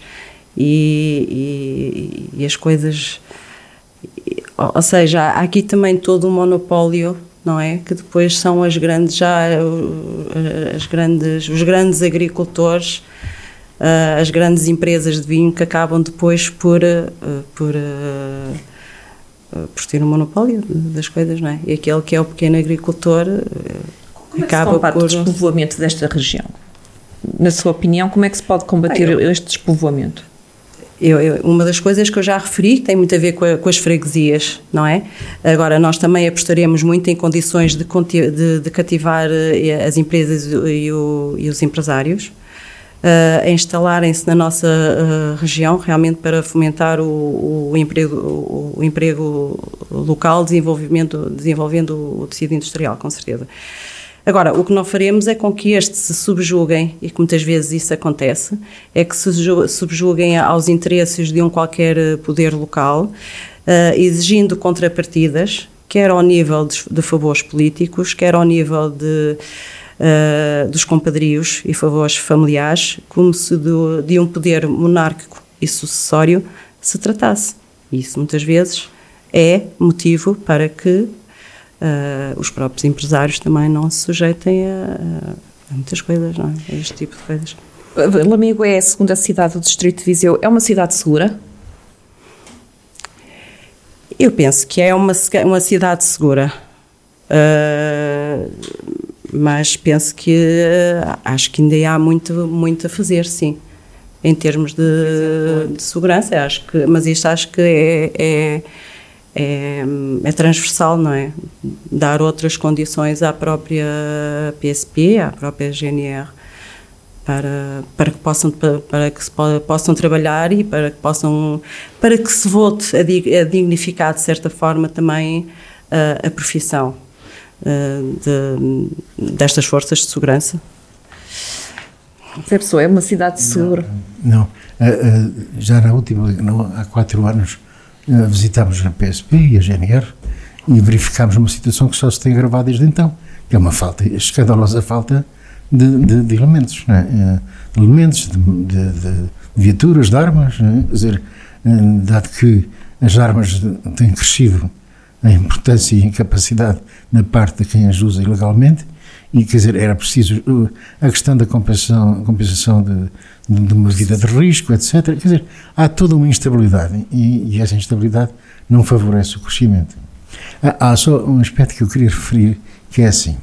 e, e, e as coisas, ou seja, há aqui também todo um monopólio, não é? Que depois são as grandes, já as grandes, os grandes agricultores, uh, as grandes empresas de vinho que acabam depois por, uh, por uh, por ter um monopólio das coisas, não é? E aquele que é o pequeno agricultor
como
acaba
é que se combate
por...
o despovoamento desta região? Na sua opinião, como é que se pode combater eu, este despovoamento?
Eu, eu, uma das coisas que eu já referi tem muito a ver com, a, com as freguesias, não é? Agora, nós também apostaremos muito em condições de, de, de cativar as empresas e, o, e os empresários, Uh, a instalarem-se na nossa uh, região, realmente para fomentar o, o, emprego, o, o emprego local, desenvolvimento, desenvolvendo o tecido industrial, com certeza. Agora, o que não faremos é com que estes se subjuguem, e que muitas vezes isso acontece, é que se subjuguem aos interesses de um qualquer poder local, uh, exigindo contrapartidas, quer ao nível de, de favores políticos, quer ao nível de uh, dos compadrios e favores familiares, como se do, de um poder monárquico e sucessório se tratasse. E isso muitas vezes é motivo para que uh, os próprios empresários também não se sujeitem a, a muitas coisas, não é? A este tipo de coisas.
Lamego é a segunda cidade do distrito de Viseu. É uma cidade segura?
Eu penso que é uma, uma cidade segura, uh, mas penso que uh, acho que ainda há muito, muito a fazer, sim, em termos de, de segurança. Acho que, mas isto acho que é, é, é, é transversal, não é? Dar outras condições à própria P S P, à própria G N R, para, para que possam para, para que se po- possam trabalhar e para que possam para que se volte a, dig, a dignificar de certa forma também uh, a profissão uh, de, destas forças de segurança.
Zé Pessoa, é uma cidade segura?
Não, não. Uh, uh, já na última, não, há quatro anos uh, visitámos a P S P e a G N R e verificámos uma situação que só se tem agravado desde então, que é uma falta, escandalosa falta De, de, de elementos, não é? De elementos, de, de, de viaturas, de armas, não é? Quer dizer, dado que as armas têm crescido a importância e a capacidade na parte de quem as usa ilegalmente, e quer dizer, era preciso a questão da compensação, compensação de, de uma vida de risco, etcétera. Quer dizer, há toda uma instabilidade e, e essa instabilidade não favorece o crescimento. Há, há só um aspecto que eu queria referir, que é assim.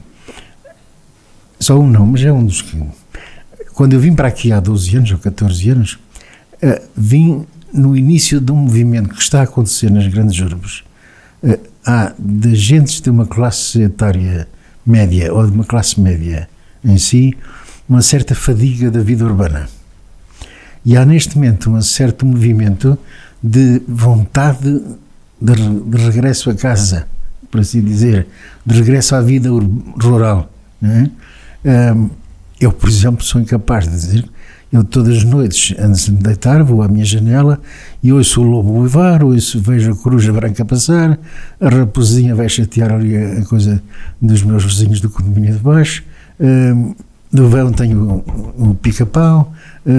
Só um não, mas é um dos que... Quando eu vim para aqui há doze anos ou catorze anos, uh, vim no início de um movimento que está a acontecer nas grandes urbes. Uh, há de agentes de uma classe etária média ou de uma classe média em si, uma certa fadiga da vida urbana. E há neste momento um certo movimento de vontade de, de regresso a casa, por assim dizer, de regresso à vida rural, não é? Eu, por exemplo, sou incapaz de dizer, eu todas as noites, antes de me deitar, vou à minha janela e ouço o lobo uivar, ouço, vejo a coruja branca passar, a raposinha vai chatear ali a, a coisa dos meus vizinhos do condomínio de baixo, no verão tenho o, o pica-pau,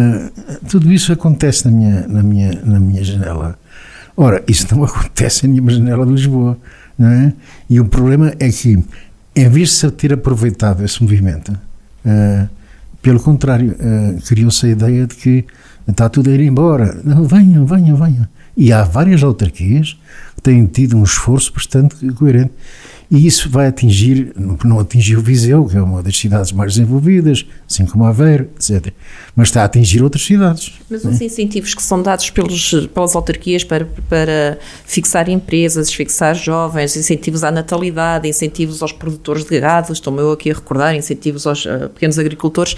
tudo isso acontece na minha, na, minha, na minha janela. Ora, isso não acontece na minha janela de Lisboa, não é? E o problema é que, em vez de se ter aproveitado esse movimento, uh, pelo contrário, uh, criou-se a ideia de que está tudo a ir embora. Não, venham, venham, venham. E há várias autarquias que têm tido um esforço bastante coerente. E isso vai atingir, não atingiu Viseu, que é uma das cidades mais desenvolvidas, assim como Aveiro, etcétera. Mas está a atingir outras cidades.
Mas os incentivos que são dados pelos, pelas autarquias para, para fixar empresas, fixar jovens, incentivos à natalidade, incentivos aos produtores de gado, estou-me eu aqui a recordar, incentivos aos uh, pequenos agricultores,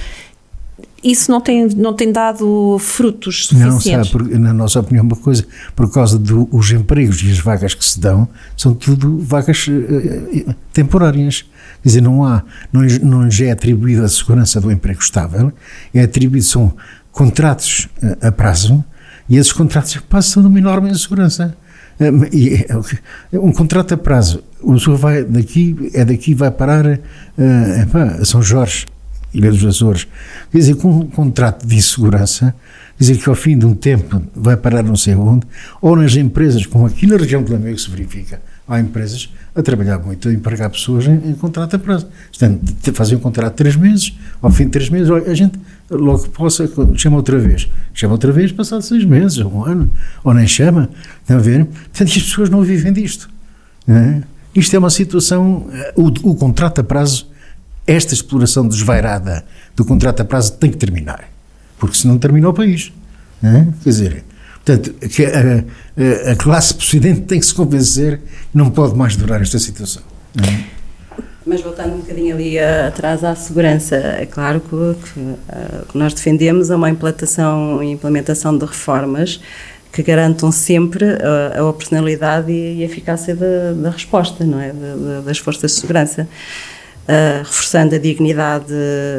isso não tem, não tem dado frutos suficientes?
Não, sabe, por, na nossa opinião, uma coisa, por causa dos empregos e as vagas que se dão, são tudo vagas uh, temporárias. Quer dizer, não há, não, não lhes é atribuída a segurança do emprego estável, é atribuído, são contratos uh, a prazo, e esses contratos passam de uma enorme insegurança. Um, e, um contrato a prazo, uma pessoa vai daqui, é daqui, vai parar uh, epá, a São Jorge, Ilha dos Açores, quer dizer, com um contrato de insegurança, quer dizer que ao fim de um tempo vai parar não sei onde, ou nas empresas, como aqui na região de Lamego se verifica, há empresas a trabalhar muito, a empregar pessoas em, em contrato a prazo. Portanto, fazem um contrato de três meses, ao fim de três meses, a gente logo que possa, chama outra vez, chama outra vez passado seis meses, ou um ano, ou nem chama, estão a ver? Portanto, as pessoas não vivem disto. Não é? Isto é uma situação, o, o contrato a prazo, esta exploração desvairada do contrato a prazo tem que terminar, porque senão termina o país. Não é? Quer dizer, portanto, que a, a, a classe possidente tem que se convencer que não pode mais durar esta situação. Não é?
Mas voltando um bocadinho ali atrás à segurança, é claro que o que, que nós defendemos é uma implantação e implementação de reformas que garantam sempre a, a operacionalidade e a eficácia da, da resposta, não é? De, de, das forças de segurança. Uh, reforçando a dignidade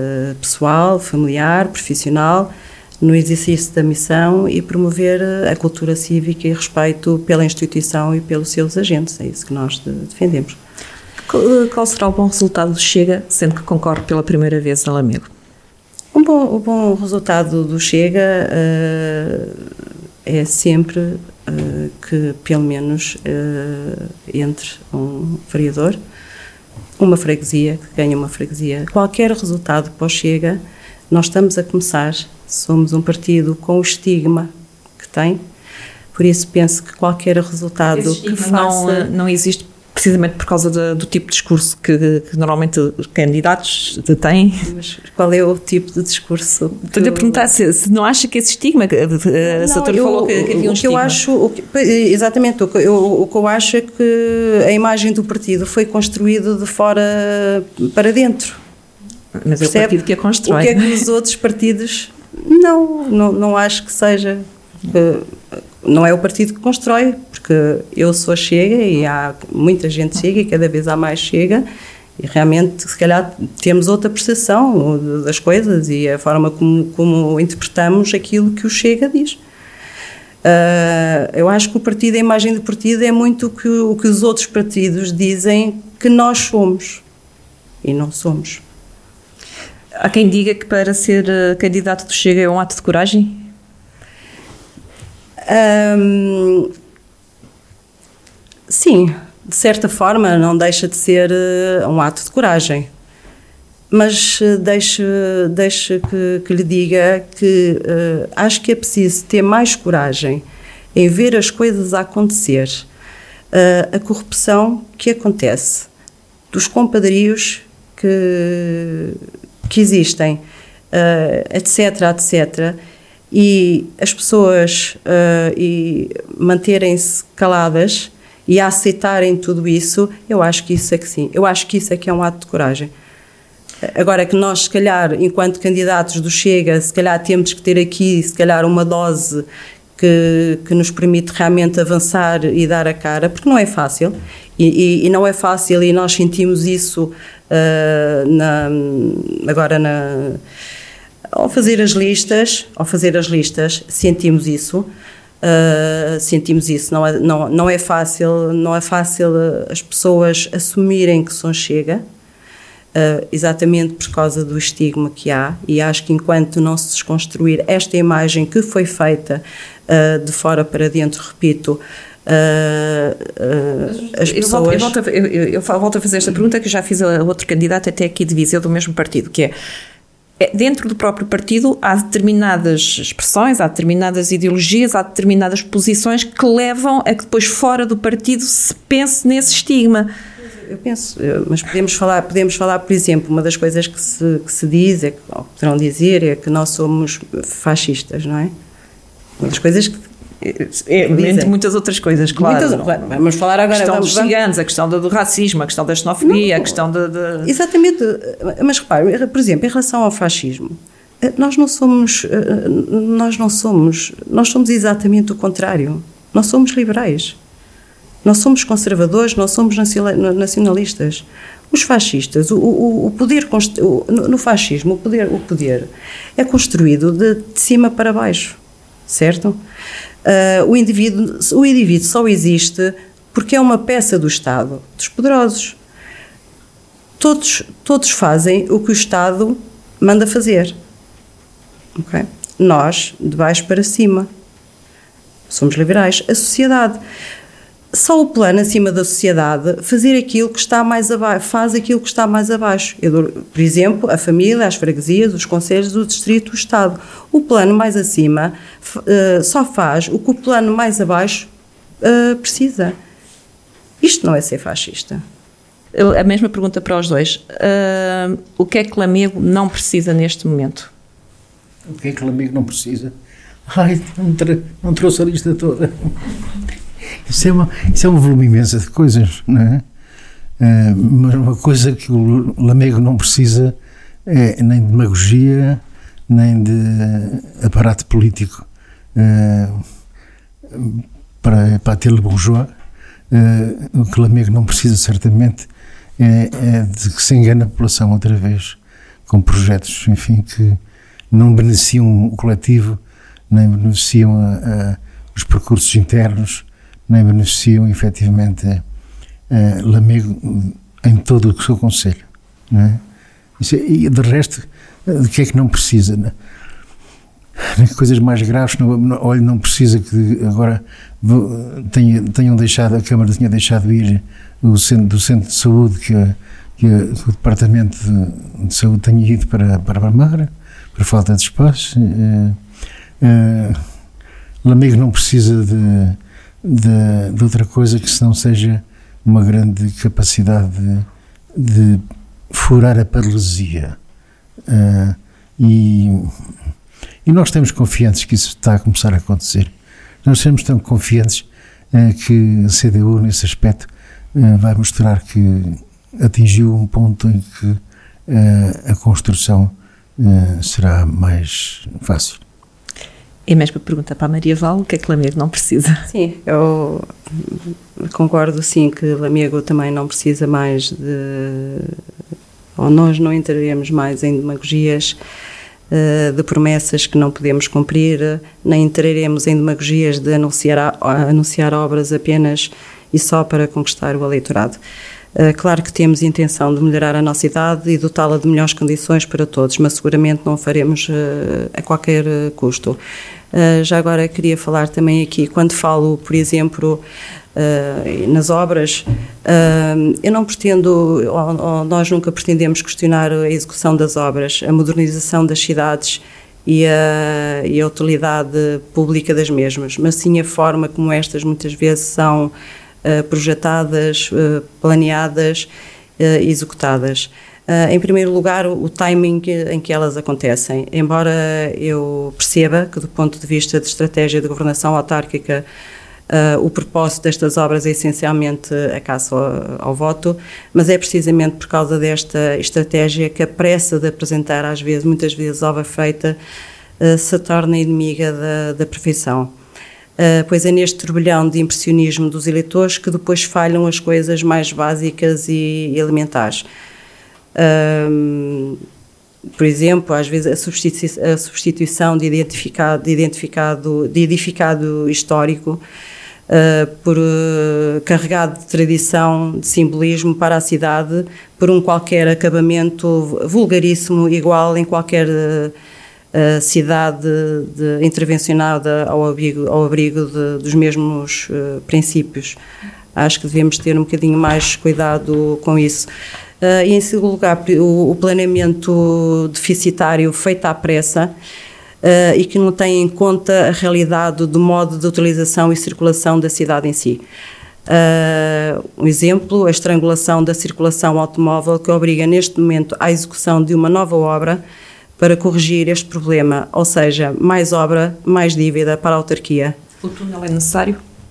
pessoal, familiar, profissional, no exercício da missão e promover a cultura cívica e respeito pela instituição e pelos seus agentes. É isso que nós de, defendemos.
Qual será o bom resultado do Chega, sendo que concorre pela primeira vez a Lamego?
Um bom, o bom resultado do Chega uh, é sempre uh, que, pelo menos, uh, entre um vereador, uma freguesia, que ganha uma freguesia. Qualquer resultado para o Chega, nós estamos a começar, somos um partido com o estigma que tem, por isso penso que qualquer resultado que faça...
Não, não existe precisamente por causa do, do tipo de discurso que, que normalmente os candidatos têm.
Mas qual é o tipo de discurso?
Estou-lhe a perguntar se, se não acha que esse estigma, a doutora falou que, que havia um
o que
estigma.
Eu acho, o que, exatamente, o que, eu, o que eu acho é que a imagem do partido foi construída de fora para dentro.
Mas é o partido que a constrói.
O que é que os outros partidos... Não, não, não acho que seja... Não é o partido que constrói, porque eu sou Chega e há muita gente Chega e cada vez há mais Chega e realmente se calhar temos outra percepção das coisas e a forma como, como interpretamos aquilo que o Chega diz. Uh, eu acho que o partido, a imagem do partido é muito o que, o que os outros partidos dizem que nós somos e não somos.
Há quem diga que para ser candidato do Chega é um ato de coragem?
Hum, sim, de certa forma não deixa de ser uh, um ato de coragem, mas uh, deixe, deixe que, que lhe diga que uh, acho que é preciso ter mais coragem em ver as coisas a acontecer, uh, a corrupção que acontece, dos compadrios que, que existem, uh, etc, etc, e as pessoas uh, e manterem-se caladas e a aceitarem tudo isso, eu acho que isso é que sim, eu acho que isso é que é um ato de coragem. Agora que nós, se calhar, enquanto candidatos do Chega, se calhar temos que ter aqui, se calhar, uma dose que, que nos permite realmente avançar e dar a cara, porque não é fácil, e, e, e não é fácil, e nós sentimos isso uh, na, agora na... Ao fazer as listas, ao fazer as listas, sentimos isso, uh, sentimos isso, não é, não, não é fácil, não é fácil as pessoas assumirem que são Chega, uh, exatamente por causa do estigma que há, e acho que enquanto não se desconstruir esta imagem que foi feita uh, de fora para dentro, repito, Uh, uh, as pessoas...
Eu volto, eu, volto a, eu, eu volto a fazer esta pergunta que já fiz a outro candidato até aqui de Viseu do mesmo partido, que é: dentro do próprio partido há determinadas expressões, há determinadas ideologias, há determinadas posições que levam a que depois fora do partido se pense nesse estigma.
Eu penso, mas podemos falar, podemos falar, por exemplo, uma das coisas que se, que se diz, é que, ou poderão dizer, é que nós somos fascistas, não é? Uma das coisas que
É, entre muitas outras coisas, claro. Muitas,
claro. Vamos falar agora...
A questão
vamos,
dos ciganos, a questão do racismo, a questão da xenofobia, não, a questão de, de...
Exatamente, mas repare, por exemplo, em relação ao fascismo, nós não somos, nós não somos, nós somos exatamente o contrário. Nós somos liberais. Nós somos conservadores, nós somos nacionalistas. Os fascistas, o, o, o poder, no fascismo, o poder, o poder é construído de, de cima para baixo, certo? Uh, o, indivíduo, o indivíduo só existe porque é uma peça do Estado, dos poderosos. Todos, todos fazem o que o Estado manda fazer. Okay? Nós, de baixo para cima, somos liberais. A sociedade, só o plano acima da sociedade, fazer aquilo que está mais abaixo, faz aquilo que está mais abaixo. Eu, por exemplo, a família, as freguesias, os concelhos, o distrito, o Estado. O plano mais acima uh, só faz o que o plano mais abaixo uh, precisa. Isto não é ser fascista.
A mesma pergunta para os dois. Uh, o que é que Lamego não precisa neste momento?
O que é que Lamego não precisa? Ai, não, tra- não trouxe a lista toda. Isso é, uma, isso é um volume imenso de coisas, não é? Uh, mas uma coisa que o Lamego não precisa é nem de demagogia, nem de aparato político uh, para, para ter-lhe bourgeois. Uh, o que Lamego não precisa, certamente, é, é de que se engane a população outra vez, com projetos, enfim, que não beneficiam o coletivo, nem beneficiam a, a, os percursos internos, nem beneficiam, efetivamente, uh, Lamego em todo o seu concelho, não é? Isso, e de resto, de que é que não precisa? Não? Coisas mais graves, não, não, olha, não precisa que agora tenham, tenham deixado, a Câmara tinha deixado ir o centro, do centro de saúde que, que, que o Departamento de, de Saúde tenha ido para, para Bramar, por falta de espaço. Uh, uh, Lamego não precisa de, de, de outra coisa que se não seja uma grande capacidade de, de furar a paralisia. Uh, e E nós estamos confiantes que isso está a começar a acontecer. Nós estamos tão confiantes uh, que a C D U, nesse aspecto, uh, vai mostrar que atingiu um ponto em que uh, a construção uh, será mais fácil.
E mesmo pergunta para a Maria Val, o que é que Lamego não precisa?
Sim, eu concordo sim que Lamego também não precisa mais de... ou nós não entraremos mais em demagogias de promessas que não podemos cumprir, nem entraremos em demagogias de anunciar, anunciar obras apenas e só para conquistar o eleitorado. Claro que temos intenção de melhorar a nossa cidade e dotá-la de melhores condições para todos, mas seguramente não o faremos a qualquer custo. Já agora queria falar também aqui, quando falo, por exemplo, Uh, nas obras, uh, eu não pretendo, ou, ou nós nunca pretendemos questionar a execução das obras, a modernização das cidades e a, e a utilidade pública das mesmas, mas sim a forma como estas muitas vezes são uh, projetadas, uh, planeadas e uh, executadas. Uh, em primeiro lugar, o, o timing em que elas acontecem. Embora eu perceba que, do ponto de vista de estratégia de governação autárquica, Uh, o propósito destas obras é essencialmente a caça ao, ao voto, mas é precisamente por causa desta estratégia que a pressa de apresentar, às vezes, muitas vezes, obra feita, uh, se torna inimiga da, da perfeição. Uh, pois é neste turbilhão de impressionismo dos eleitores que depois falham as coisas mais básicas e elementares. Uh, Por exemplo, às vezes a substituição, a substituição de identificado, de identificado, de edificado histórico uh, por uh, carregado de tradição, de simbolismo para a cidade, por um qualquer acabamento vulgaríssimo, igual em qualquer uh, uh, cidade de, intervencionada ao abrigo, ao abrigo de, dos mesmos uh, princípios. Acho que devemos ter um bocadinho mais cuidado com isso. Uh, e em segundo lugar, o, o planeamento deficitário feito à pressa uh, e que não tem em conta a realidade do modo de utilização e circulação da cidade em si. Uh, um exemplo, a estrangulação da circulação automóvel que obriga neste momento à execução de uma nova obra para corrigir este problema, ou seja, mais obra, mais dívida para a autarquia.
O túnel é necessário?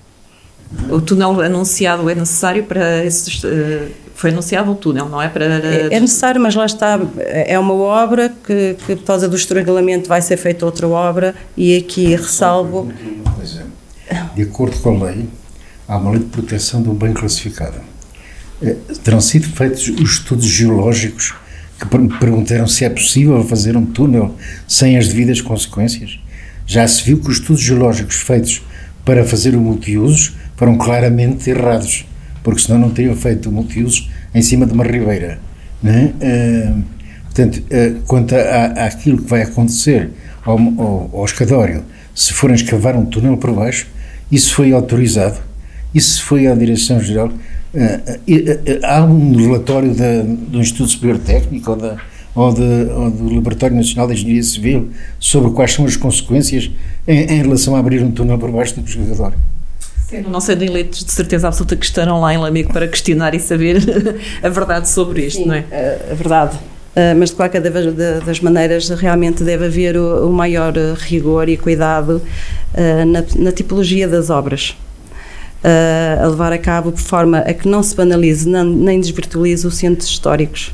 O túnel anunciado é necessário para esses... Uh... Foi anunciado o túnel, não é? Para...
É necessário, mas lá está, é uma obra que, que por causa do estrangulamento vai ser feita outra obra e aqui ressalvo...
Uma coisa. De acordo com a lei, há uma lei de proteção do bem classificado. Terão sido feitos os estudos geológicos que perguntaram se é possível fazer um túnel sem as devidas consequências. Já se viu que os estudos geológicos feitos para fazer o multiusos foram claramente errados, porque senão não teriam feito multiusos em cima de uma ribeira, não é? Uh, portanto, uh, quanto à, àquilo que vai acontecer ao, ao, ao escadório, se forem escavar um túnel por baixo, isso foi autorizado, isso foi à Direção-Geral, uh, uh, uh, há um relatório da, do Instituto Superior Técnico ou, da, ou, de, ou do Laboratório Nacional de Engenharia Civil sobre quais são as consequências em, em relação a abrir um túnel por baixo do escadório.
Sendo não sendo eleitos, de certeza absoluta que estarão lá em Lamego para questionar e saber a verdade sobre isto,
Sim,
não é?
A, a verdade. Uh, mas de qualquer das, das maneiras, realmente deve haver o, o maior rigor e cuidado uh, na, na tipologia das obras, uh, a levar a cabo por forma a que não se banalize não, nem desvirtualize os centros históricos.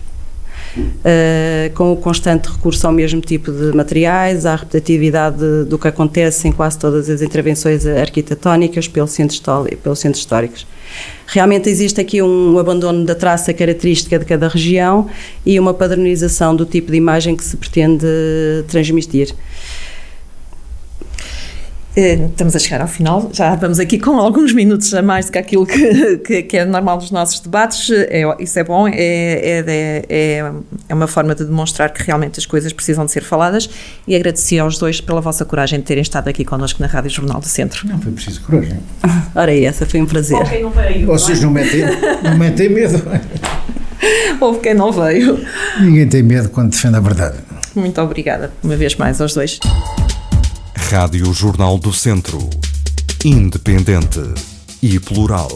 Uh, com o constante recurso ao mesmo tipo de materiais, à repetitividade do que acontece em quase todas as intervenções arquitetónicas pelos centros, pelos centros históricos. Realmente existe aqui um abandono da traça característica de cada região e uma padronização do tipo de imagem que se pretende transmitir.
Estamos a chegar ao final, já vamos aqui com alguns minutos a mais do que aquilo que, que, que é normal nos nossos debates. É, isso é bom, é, é, é, é uma forma de demonstrar que realmente as coisas precisam de ser faladas, e agradeci aos dois pela vossa coragem de terem estado aqui connosco na Rádio Jornal do Centro.
Não foi preciso coragem.
Ora, essa foi um prazer.
Houve quem não veio.
Vocês não metem, não metem medo.
Houve quem não veio.
Ninguém tem medo quando defende a verdade.
Muito obrigada, uma vez mais, aos dois.
Rádio Jornal do Centro. Independente e plural.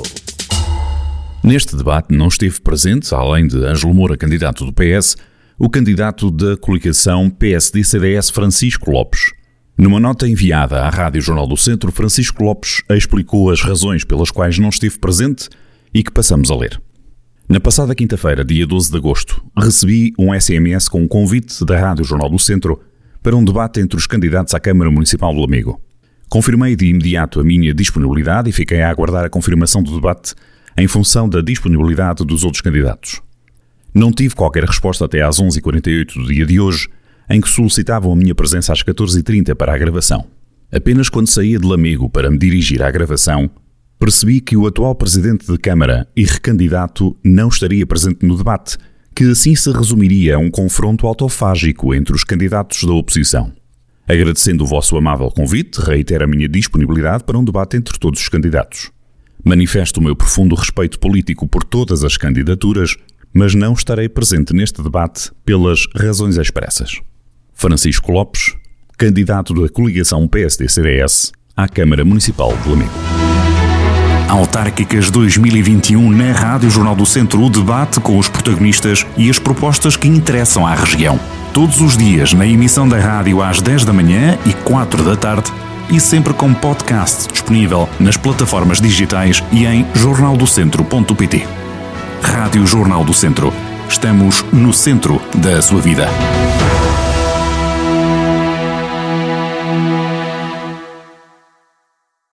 Neste debate não esteve presente, além de Ângelo Moura, candidato do P S, o candidato da coligação P S D C D S, Francisco Lopes. Numa nota enviada à Rádio Jornal do Centro, Francisco Lopes explicou as razões pelas quais não esteve presente e que passamos a ler. Na passada quinta-feira, dia doze de agosto, recebi um S M S com um convite da Rádio Jornal do Centro para um debate entre os candidatos à Câmara Municipal do Lamego. Confirmei de imediato a minha disponibilidade e fiquei a aguardar a confirmação do debate em função da disponibilidade dos outros candidatos. Não tive qualquer resposta até às onze e quarenta e oito do dia de hoje, em que solicitavam a minha presença às catorze e trinta para a gravação. Apenas quando saía de Lamego para me dirigir à gravação, percebi que o atual Presidente de Câmara e recandidato não estaria presente no debate, que assim se resumiria a um confronto autofágico entre os candidatos da oposição. Agradecendo o vosso amável convite, reitero a minha disponibilidade para um debate entre todos os candidatos. Manifesto o meu profundo respeito político por todas as candidaturas, mas não estarei presente neste debate pelas razões expressas. Francisco Lopes, candidato da coligação P S D C D S à Câmara Municipal de Lamego.
Autárquicas dois mil e vinte e um na Rádio Jornal do Centro, o debate com os protagonistas e as propostas que interessam à região. Todos os dias na emissão da rádio às dez da manhã e quatro da tarde e sempre com podcast disponível nas plataformas digitais e em jornal do centro ponto pt. Rádio Jornal do Centro. Estamos no centro da sua vida.